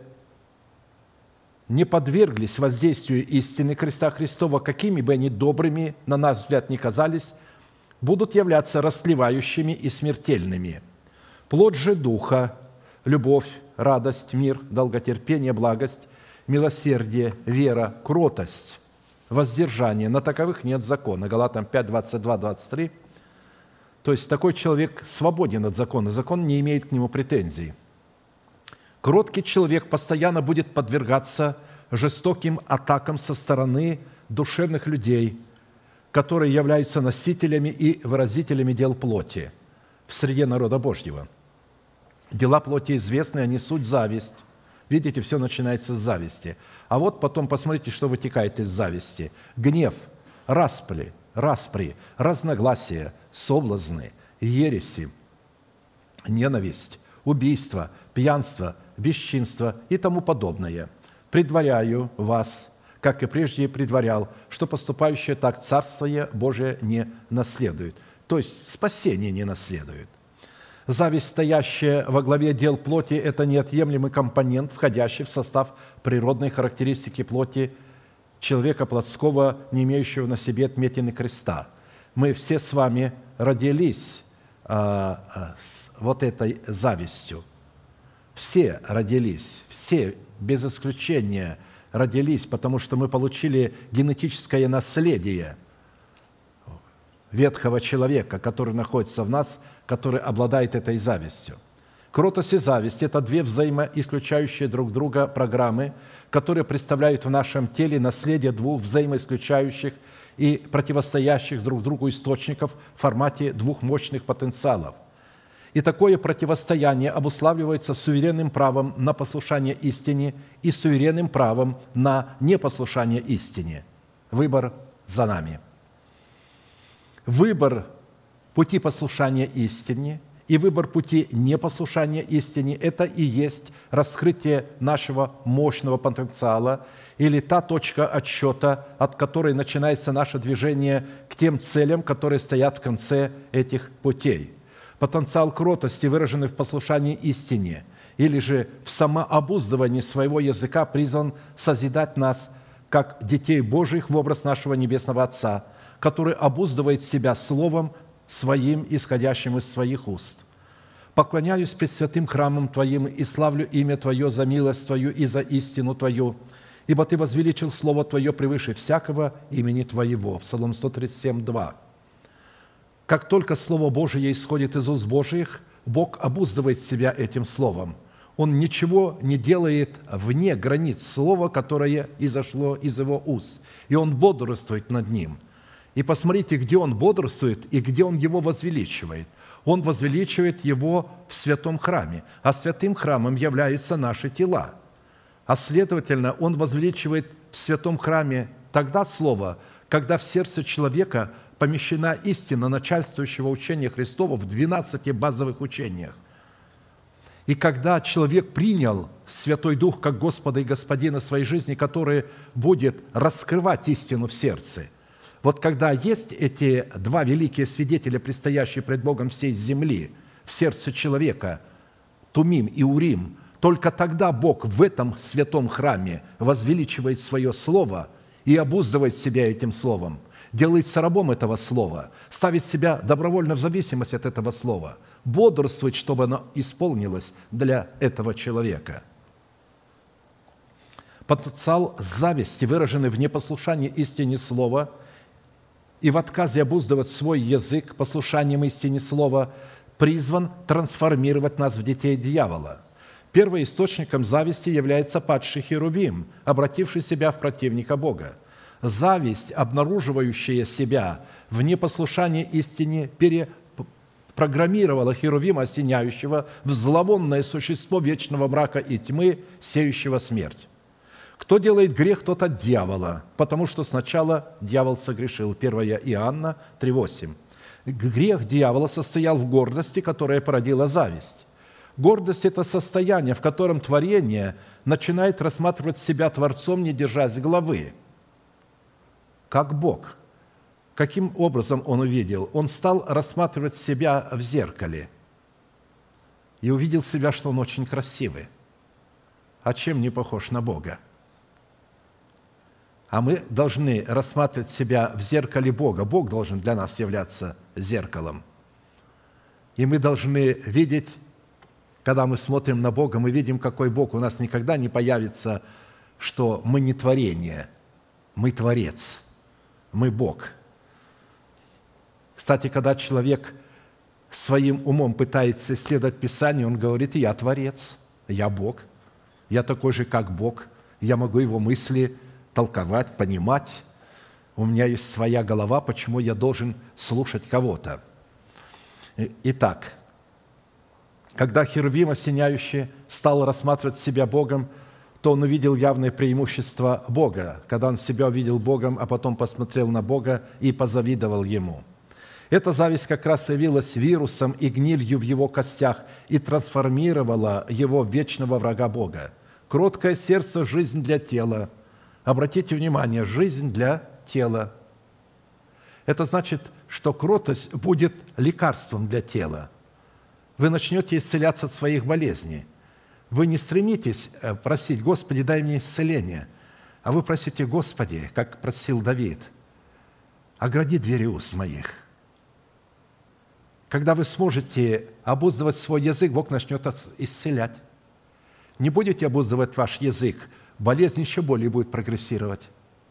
не подверглись воздействию истины креста Христова, какими бы они добрыми, на наш взгляд, ни казались, будут являться расливающими и смертельными. Плод же Духа – любовь, радость, мир, долготерпение, благость, милосердие, вера, кротость, воздержание. На таковых нет закона. Галатам 5, 22, 23. То есть такой человек свободен от закона. Закон не имеет к нему претензий. Кроткий человек постоянно будет подвергаться жестоким атакам со стороны душевных людей, которые являются носителями и выразителями дел плоти в среде народа Божьего. Дела плоти известны, они суть зависть. Видите, все начинается с зависти. А вот потом посмотрите, что вытекает из зависти. Гнев, распри, разногласия, соблазны, ереси, ненависть, убийство, пьянство, бесчинство и тому подобное. Предваряю вас, как и прежде предварял, что поступающее так Царствие Божие не наследует. То есть спасение не наследует. Зависть, стоящая во главе дел плоти, это неотъемлемый компонент, входящий в состав природной характеристики плоти человека плотского, не имеющего на себе отметины креста. Мы все с вами родились с вот этой завистью. Все родились, все без исключения родились, потому что мы получили генетическое наследие ветхого человека, который находится в нас, который обладает этой завистью. Кротость и зависть – это две взаимоисключающие друг друга программы, которые представляют в нашем теле наследие двух взаимоисключающих и противостоящих друг другу источников в формате двух мощных потенциалов. И такое противостояние обуславливается суверенным правом на послушание истине и суверенным правом на непослушание истине. Выбор за нами. Выбор пути послушания истине и выбор пути непослушания истине – это и есть раскрытие нашего мощного потенциала или та точка отсчета, от которой начинается наше движение к тем целям, которые стоят в конце этих путей. Потенциал кротости, выраженный в послушании истине или же в самообуздывании своего языка, призван созидать нас, как детей Божьих, в образ нашего Небесного Отца, который обуздывает себя словом Своим, исходящим из Своих уст. «Поклоняюсь пред святым храмом Твоим и славлю имя Твое за милость Твою и за истину Твою, ибо Ты возвеличил Слово Твое превыше всякого имени Твоего». Псалом 137, 2. Как только Слово Божие исходит из уст Божьих, Бог обуздывает себя этим Словом. Он ничего не делает вне границ Слова, которое изошло из Его уст, и Он бодрствует над ним. И посмотрите, где Он бодрствует и где Он его возвеличивает. Он возвеличивает его в святом храме, а святым храмом являются наши тела. А следовательно, Он возвеличивает в святом храме тогда Слово, когда в сердце человека помещена истина начальствующего учения Христова в 12 базовых учениях. И когда человек принял Святой Дух как Господа и Господина своей жизни, который будет раскрывать истину в сердце, вот когда есть эти два великие свидетеля, предстоящие пред Богом всей земли, в сердце человека, Тумим и Урим, только тогда Бог в этом святом храме возвеличивает свое Слово и обуздывает себя этим Словом, делается рабом этого Слова, ставит себя добровольно в зависимость от этого Слова, бодрствует, чтобы оно исполнилось для этого человека. Потенциал зависти, выраженный в непослушании истине Слова и в отказе обуздывать свой язык послушанием истине Слова, призван трансформировать нас в детей дьявола. Первоисточником зависти является падший Херувим, обративший себя в противника Бога. Зависть, обнаруживающая себя в непослушании истине, перепрограммировала Херувима, осеняющего в зловонное существо вечного мрака и тьмы, сеющего смерть. Кто делает грех, тот от дьявола, потому что сначала дьявол согрешил. 1 Иоанна 3,8. Грех дьявола состоял в гордости, которая породила зависть. Гордость – это состояние, в котором творение начинает рассматривать себя Творцом, не держась главы, как Бог. Каким образом он увидел? Он стал рассматривать себя в зеркале и увидел себя, что он очень красивый. А чем не похож на Бога? А мы должны рассматривать себя в зеркале Бога. Бог должен для нас являться зеркалом. И мы должны видеть, когда мы смотрим на Бога, мы видим, какой Бог. У нас никогда не появится, что мы не творение, мы Творец, мы Бог. Кстати, когда человек своим умом пытается исследовать Писание, он говорит: «Я Творец, я Бог, я такой же, как Бог, я могу Его мысли толковать, понимать, у меня есть своя голова, почему я должен слушать кого-то?» Итак, когда Херувим, осеняющий, стал рассматривать себя Богом, то он увидел явное преимущество Бога, когда он себя увидел Богом, а потом посмотрел на Бога и позавидовал Ему. Эта зависть как раз явилась вирусом и гнилью в его костях и трансформировала его в вечного врага Бога. Кроткое сердце – жизнь для тела. Обратите внимание, жизнь для тела. Это значит, что кротость будет лекарством для тела. Вы начнете исцеляться от своих болезней. Вы не стремитесь просить: «Господи, дай мне исцеление», а вы просите: «Господи», как просил Давид, «огради двери уст моих». Когда вы сможете обуздывать свой язык, Бог начнет исцелять. Не будете обуздывать ваш язык, болезнь еще более будет прогрессировать.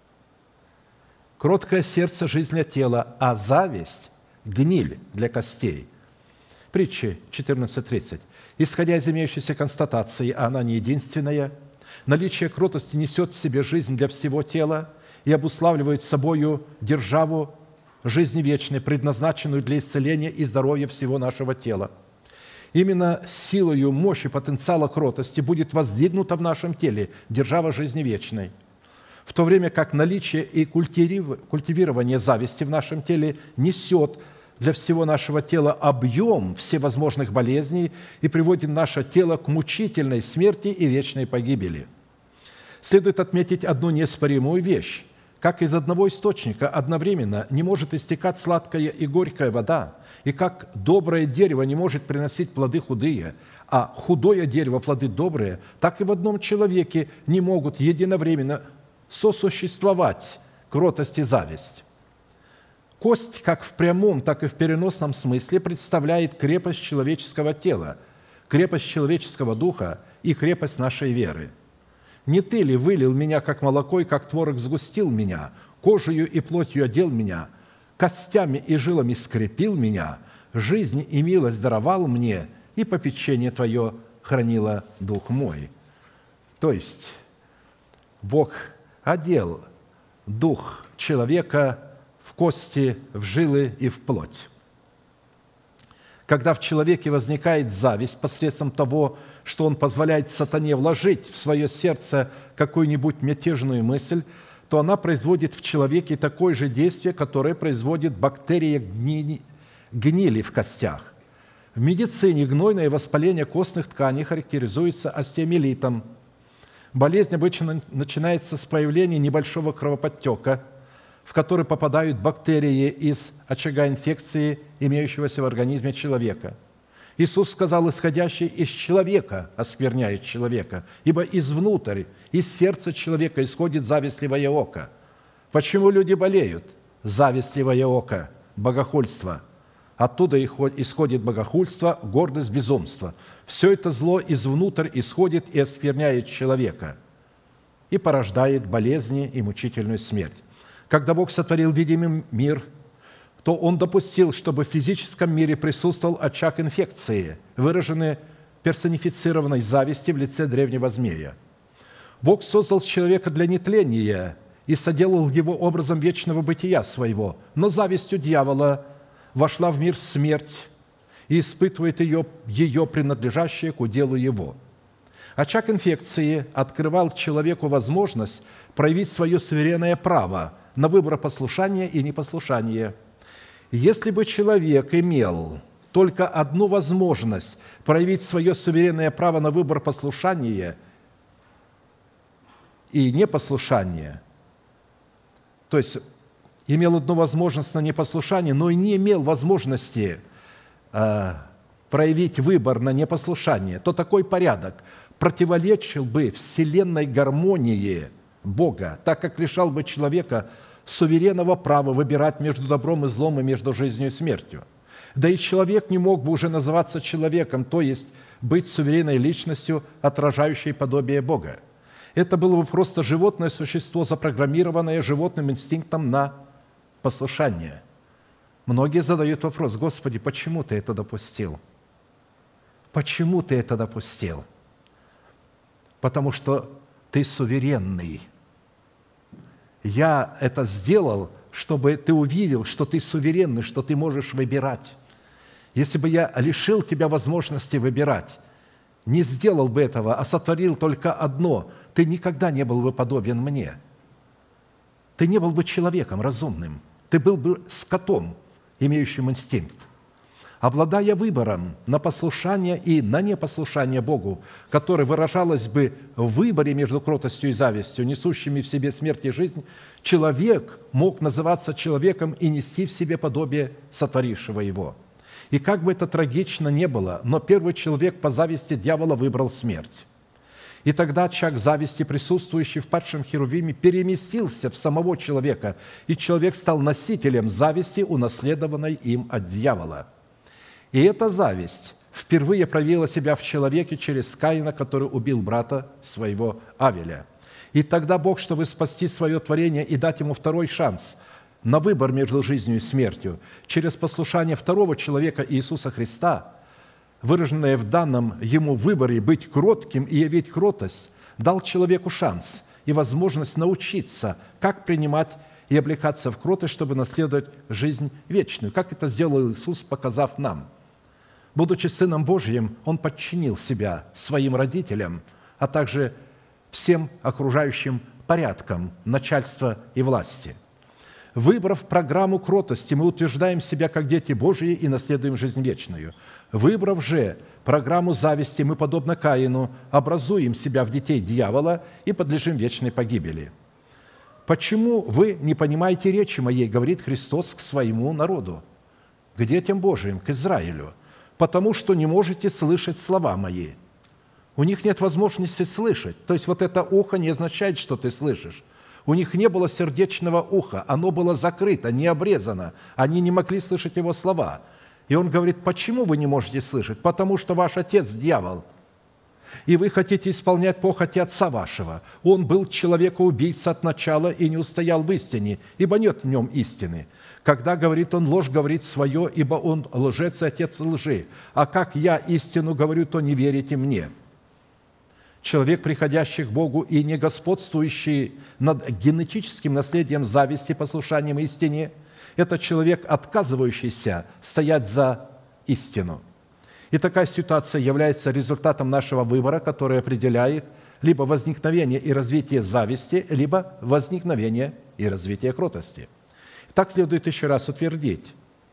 Кроткое сердце – жизнь для тела, а зависть – гниль для костей. Притчи 14:30. Исходя из имеющейся констатации, а она не единственная, наличие кротости несет в себе жизнь для всего тела и обуславливает собою державу жизни вечной, предназначенную для исцеления и здоровья всего нашего тела. Именно силою мощи потенциала кротости будет воздвигнута в нашем теле держава жизни вечной, в то время как наличие и культивирование зависти в нашем теле несет для всего нашего тела объем всевозможных болезней и приводит наше тело к мучительной смерти и вечной погибели. Следует отметить одну неоспоримую вещь. Как из одного источника одновременно не может истекать сладкая и горькая вода, и как доброе дерево не может приносить плоды худые, а худое дерево плоды добрые, так и в одном человеке не могут единовременно сосуществовать кротость и зависть. Кость, как в прямом, так и в переносном смысле, представляет крепость человеческого тела, крепость человеческого духа и крепость нашей веры. «Не ты ли вылил меня, как молоко, и как творог сгустил меня, кожею и плотью одел меня, костями и жилами скрепил меня, жизнь и милость даровал мне, и попечение Твое хранило дух мой». То есть Бог одел дух человека в кости, в жилы и в плоть. Когда в человеке возникает зависть посредством того, что он позволяет сатане вложить в свое сердце какую-нибудь мятежную мысль, то она производит в человеке такое же действие, которое производит бактерия гнили в костях. В медицине гнойное воспаление костных тканей характеризуется остеомиелитом. Болезнь обычно начинается с появления небольшого кровоподтека, в который попадают бактерии из очага инфекции, имеющегося в организме человека. Иисус сказал: «Исходящий из человека оскверняет человека, ибо извнутрь, из сердца человека исходит завистливое око». Почему люди болеют? Завистливое око, богохульство. Оттуда исходит богохульство, гордость, безумство. Все это зло извнутрь исходит и оскверняет человека и порождает болезни и мучительную смерть. Когда Бог сотворил видимый мир, то Он допустил, чтобы в физическом мире присутствовал очаг инфекции, выраженный персонифицированной зависти в лице древнего змея. Бог создал человека для нетления и соделал его образом вечного бытия своего, но завистью дьявола вошла в мир смерть и испытывает ее принадлежащее к уделу его. Очаг инфекции открывал человеку возможность проявить свое суверенное право на выбор послушания и непослушания. Если бы человек имел только одну возможность проявить свое суверенное право на выбор послушания и непослушания, то есть имел одну возможность на непослушание, но и не имел возможности проявить выбор на непослушание, то такой порядок противоречил бы вселенной гармонии Бога, так как лишал бы человека суверенного права выбирать между добром и злом и между жизнью и смертью. Да и человек не мог бы уже называться человеком, то есть быть суверенной личностью, отражающей подобие Бога. Это было бы просто животное существо, запрограммированное животным инстинктом на послушание. Многие задают вопрос: Господи, почему Ты это допустил? Почему Ты это допустил? Потому что Ты суверенный. Я это сделал, чтобы Ты увидел, что Ты суверенный, что Ты можешь выбирать. Если бы я лишил Тебя возможности выбирать, не сделал бы этого, а сотворил только одно, Ты никогда не был бы подобен мне. Ты не был бы человеком разумным. Ты был бы скотом, имеющим инстинкт. Обладая выбором на послушание и на непослушание Богу, которое выражалось бы в выборе между кротостью и завистью, несущими в себе смерть и жизнь, человек мог называться человеком и нести в себе подобие сотворившего его. И как бы это трагично не было, но первый человек по зависти дьявола выбрал смерть. И тогда очаг зависти, присутствующий в падшем херувиме, переместился в самого человека, и человек стал носителем зависти, унаследованной им от дьявола. И эта зависть впервые проявила себя в человеке через Каина, который убил брата своего Авеля. И тогда Бог, чтобы спасти свое творение и дать ему второй шанс на выбор между жизнью и смертью, через послушание второго человека Иисуса Христа, выраженное в данном ему выборе быть кротким и явить кротость, дал человеку шанс и возможность научиться, как принимать и облекаться в кротость, чтобы наследовать жизнь вечную, как это сделал Иисус, показав нам. Будучи Сыном Божьим, Он подчинил себя своим родителям, а также всем окружающим порядкам начальства и власти. Выбрав программу кротости, мы утверждаем себя как дети Божьи и наследуем жизнь вечную. Выбрав же программу зависти, мы, подобно Каину, образуем себя в детей дьявола и подлежим вечной погибели. «Почему вы не понимаете речи моей, — говорит Христос к своему народу, к детям Божиим, к Израилю, потому что не можете слышать слова мои». У них нет возможности слышать. То есть вот это ухо не означает, что ты слышишь. У них не было сердечного уха, оно было закрыто, не обрезано. Они не могли слышать его слова. И он говорит: почему вы не можете слышать? Потому что ваш отец – дьявол, и вы хотите исполнять похоти отца вашего. Он был человекоубийца от начала и не устоял в истине, ибо нет в нем истины. Когда говорит он ложь, говорит свое, ибо он лжец и отец лжи. А как я истину говорю, то не верите мне. Человек, приходящий к Богу и не господствующий над генетическим наследием зависти, послушанием истине, это человек, отказывающийся стоять за истину. И такая ситуация является результатом нашего выбора, который определяет либо возникновение и развитие зависти, либо возникновение и развитие кротости. Так следует еще раз утвердить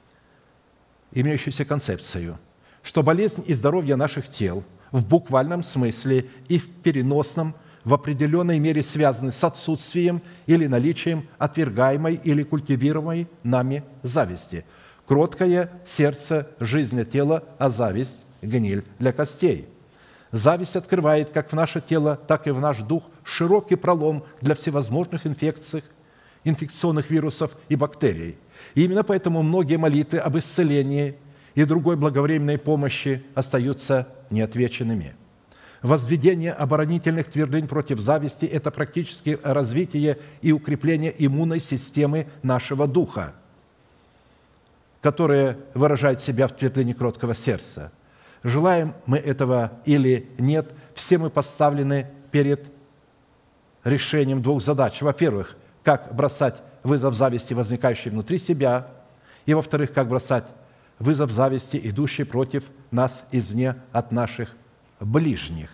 имеющуюся концепцию, что болезнь и здоровье наших тел в буквальном смысле и в переносном в определенной мере связаны с отсутствием или наличием отвергаемой или культивируемой нами зависти. Кроткое сердце – жизнь для тела, а зависть – гниль для костей. Зависть открывает как в наше тело, так и в наш дух широкий пролом для всевозможных инфекционных вирусов и бактерий. И именно поэтому многие молитвы об исцелении и другой благовременной помощи остаются неотвеченными. Возведение оборонительных твердынь против зависти – это практически развитие и укрепление иммунной системы нашего духа, которая выражает себя в твердыне кроткого сердца. Желаем мы этого или нет, все мы поставлены перед решением двух задач. Во-первых, как бросать вызов зависти, возникающей внутри себя, и, во-вторых, как бросать вызов зависти, идущий против нас извне от наших ближних.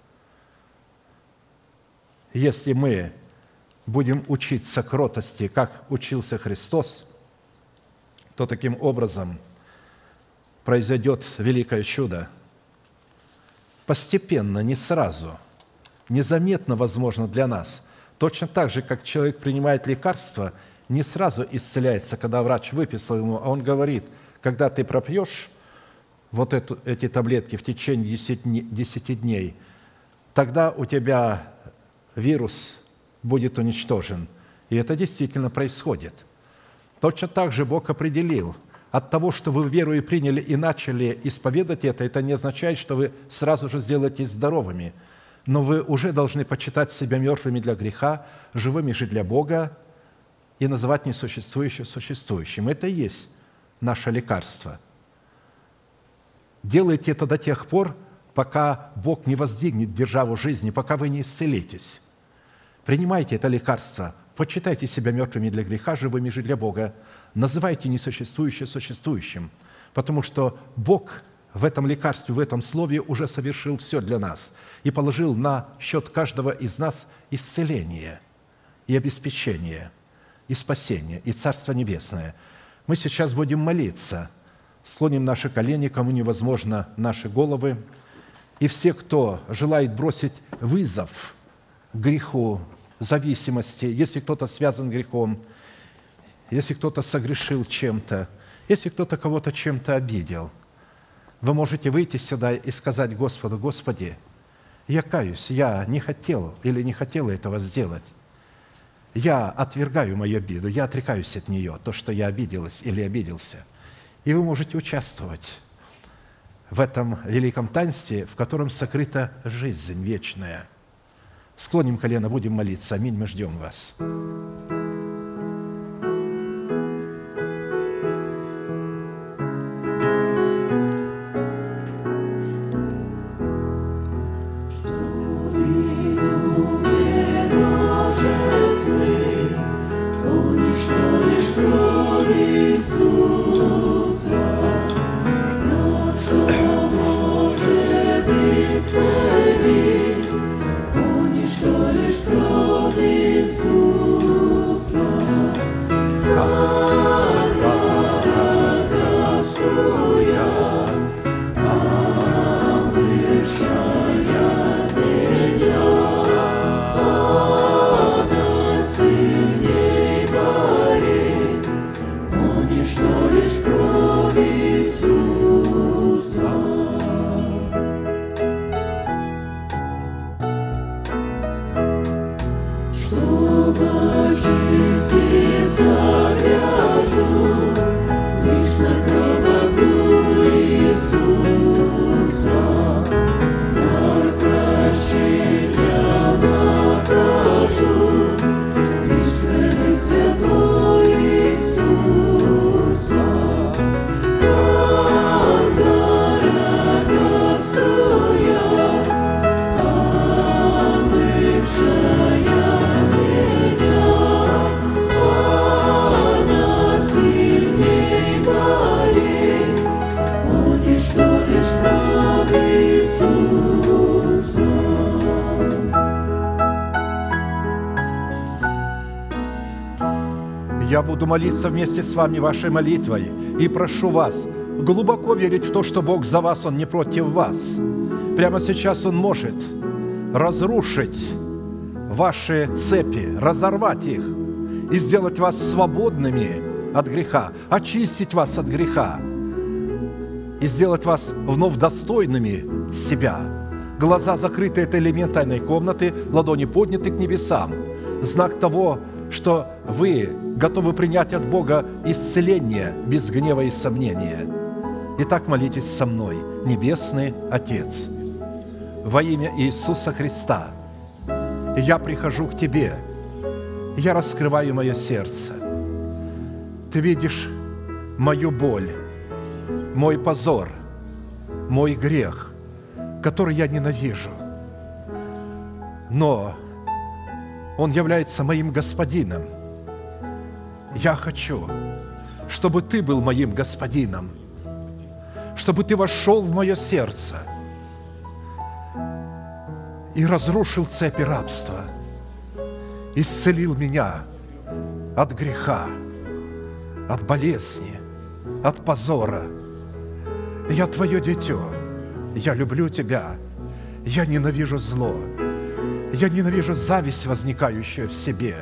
Если мы будем учиться кротости, как учился Христос, то таким образом произойдет великое чудо. Постепенно, не сразу, незаметно, возможно, для нас. Точно так же, как человек принимает лекарство, не сразу исцеляется, когда врач выписал ему, а он говорит, когда ты пропьешь вот эти таблетки в течение 10 дней, тогда у тебя вирус будет уничтожен. И это действительно происходит. Точно так же Бог определил, от того, что вы верою приняли и начали исповедать это не означает, что вы сразу же сделаетесь здоровыми. Но вы уже должны почитать себя мертвыми для греха, живыми же для Бога и называть несуществующее существующим. Это и есть наше лекарство. Делайте это до тех пор, пока Бог не воздвигнет державу жизни, пока вы не исцелитесь. Принимайте это лекарство, почитайте себя мертвыми для греха, живыми же для Бога, называйте несуществующее существующим, потому что Бог в этом лекарстве, в этом слове уже совершил все для нас и положил на счет каждого из нас исцеление и обеспечение, и спасение, и Царство Небесное. Мы сейчас будем молиться, склоним наши колени, кому невозможно, наши головы, и все, кто желает бросить вызов греху, зависимости, если кто-то связан грехом, если кто-то согрешил чем-то, если кто-то кого-то чем-то обидел, вы можете выйти сюда и сказать Господу: «Господи, я каюсь, я не хотел или не хотела этого сделать. Я отвергаю мою обиду, я отрекаюсь от нее, то, что я обиделась или обиделся». И вы можете участвовать в этом великом таинстве, в котором сокрыта жизнь вечная. Склоним колено, будем молиться. Аминь, мы ждем вас. Я буду молиться вместе с вами вашей молитвой и прошу вас глубоко верить в то, что Бог за вас, Он не против вас. Прямо сейчас Он может разрушить ваши цепи, разорвать их и сделать вас свободными от греха, очистить вас от греха и сделать вас вновь достойными себя. Глаза закрыты – это элемент тайной комнаты, ладони подняты к небесам. Знак того, что вы готовы принять от Бога исцеление без гнева и сомнения. Итак, молитесь со мной. Небесный Отец, во имя Иисуса Христа, я прихожу к Тебе, я раскрываю мое сердце. Ты видишь мою боль, мой позор, мой грех, который я ненавижу, но Он является моим Господином. Я хочу, чтобы Ты был моим Господином, чтобы Ты вошел в мое сердце и разрушил цепи рабства, исцелил меня от греха, от болезни, от позора. Я Твое дитё, я люблю Тебя, я ненавижу зло, я ненавижу зависть, возникающую в себе.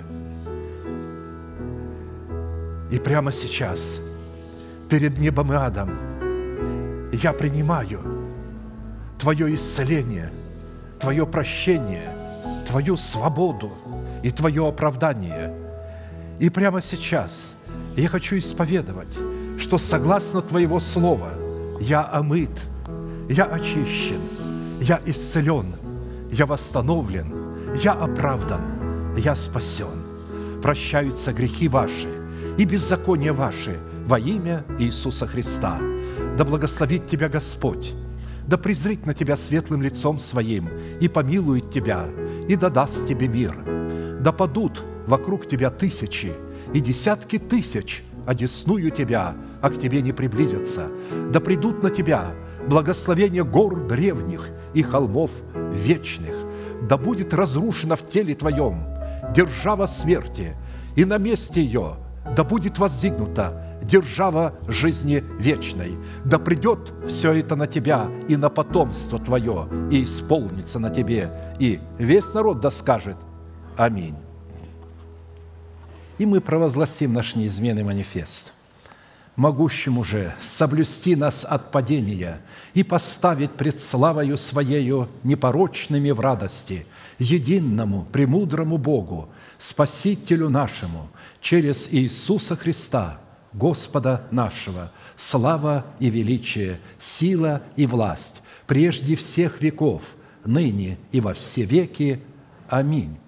И прямо сейчас, перед небом и адом, я принимаю Твое исцеление, Твое прощение, Твою свободу и Твое оправдание. И прямо сейчас я хочу исповедовать, что согласно Твоего Слова я омыт, я очищен, я исцелен, я восстановлен, я оправдан, я спасен. Прощаются грехи ваши и беззакония ваши во имя Иисуса Христа. Да благословит тебя Господь, да презрит на тебя светлым лицом Своим и помилует тебя, и да даст тебе мир. Да падут вокруг тебя тысячи и десятки тысяч, одесную тебя, а к тебе не приблизятся. Да придут на тебя благословение гор древних и холмов вечных. Да будет разрушена в теле твоем держава смерти, и на месте ее да будет воздвигнута держава жизни вечной. Да придет все это на тебя и на потомство твое, и исполнится на тебе. И весь народ да скажет Аминь. И мы провозгласим наш неизменный манифест. Могущему же соблюсти нас от падения и поставить пред славою Своею непорочными в радости, единому, премудрому Богу, Спасителю нашему, через Иисуса Христа, Господа нашего, слава и величие, сила и власть, прежде всех веков, ныне и во все веки. Аминь.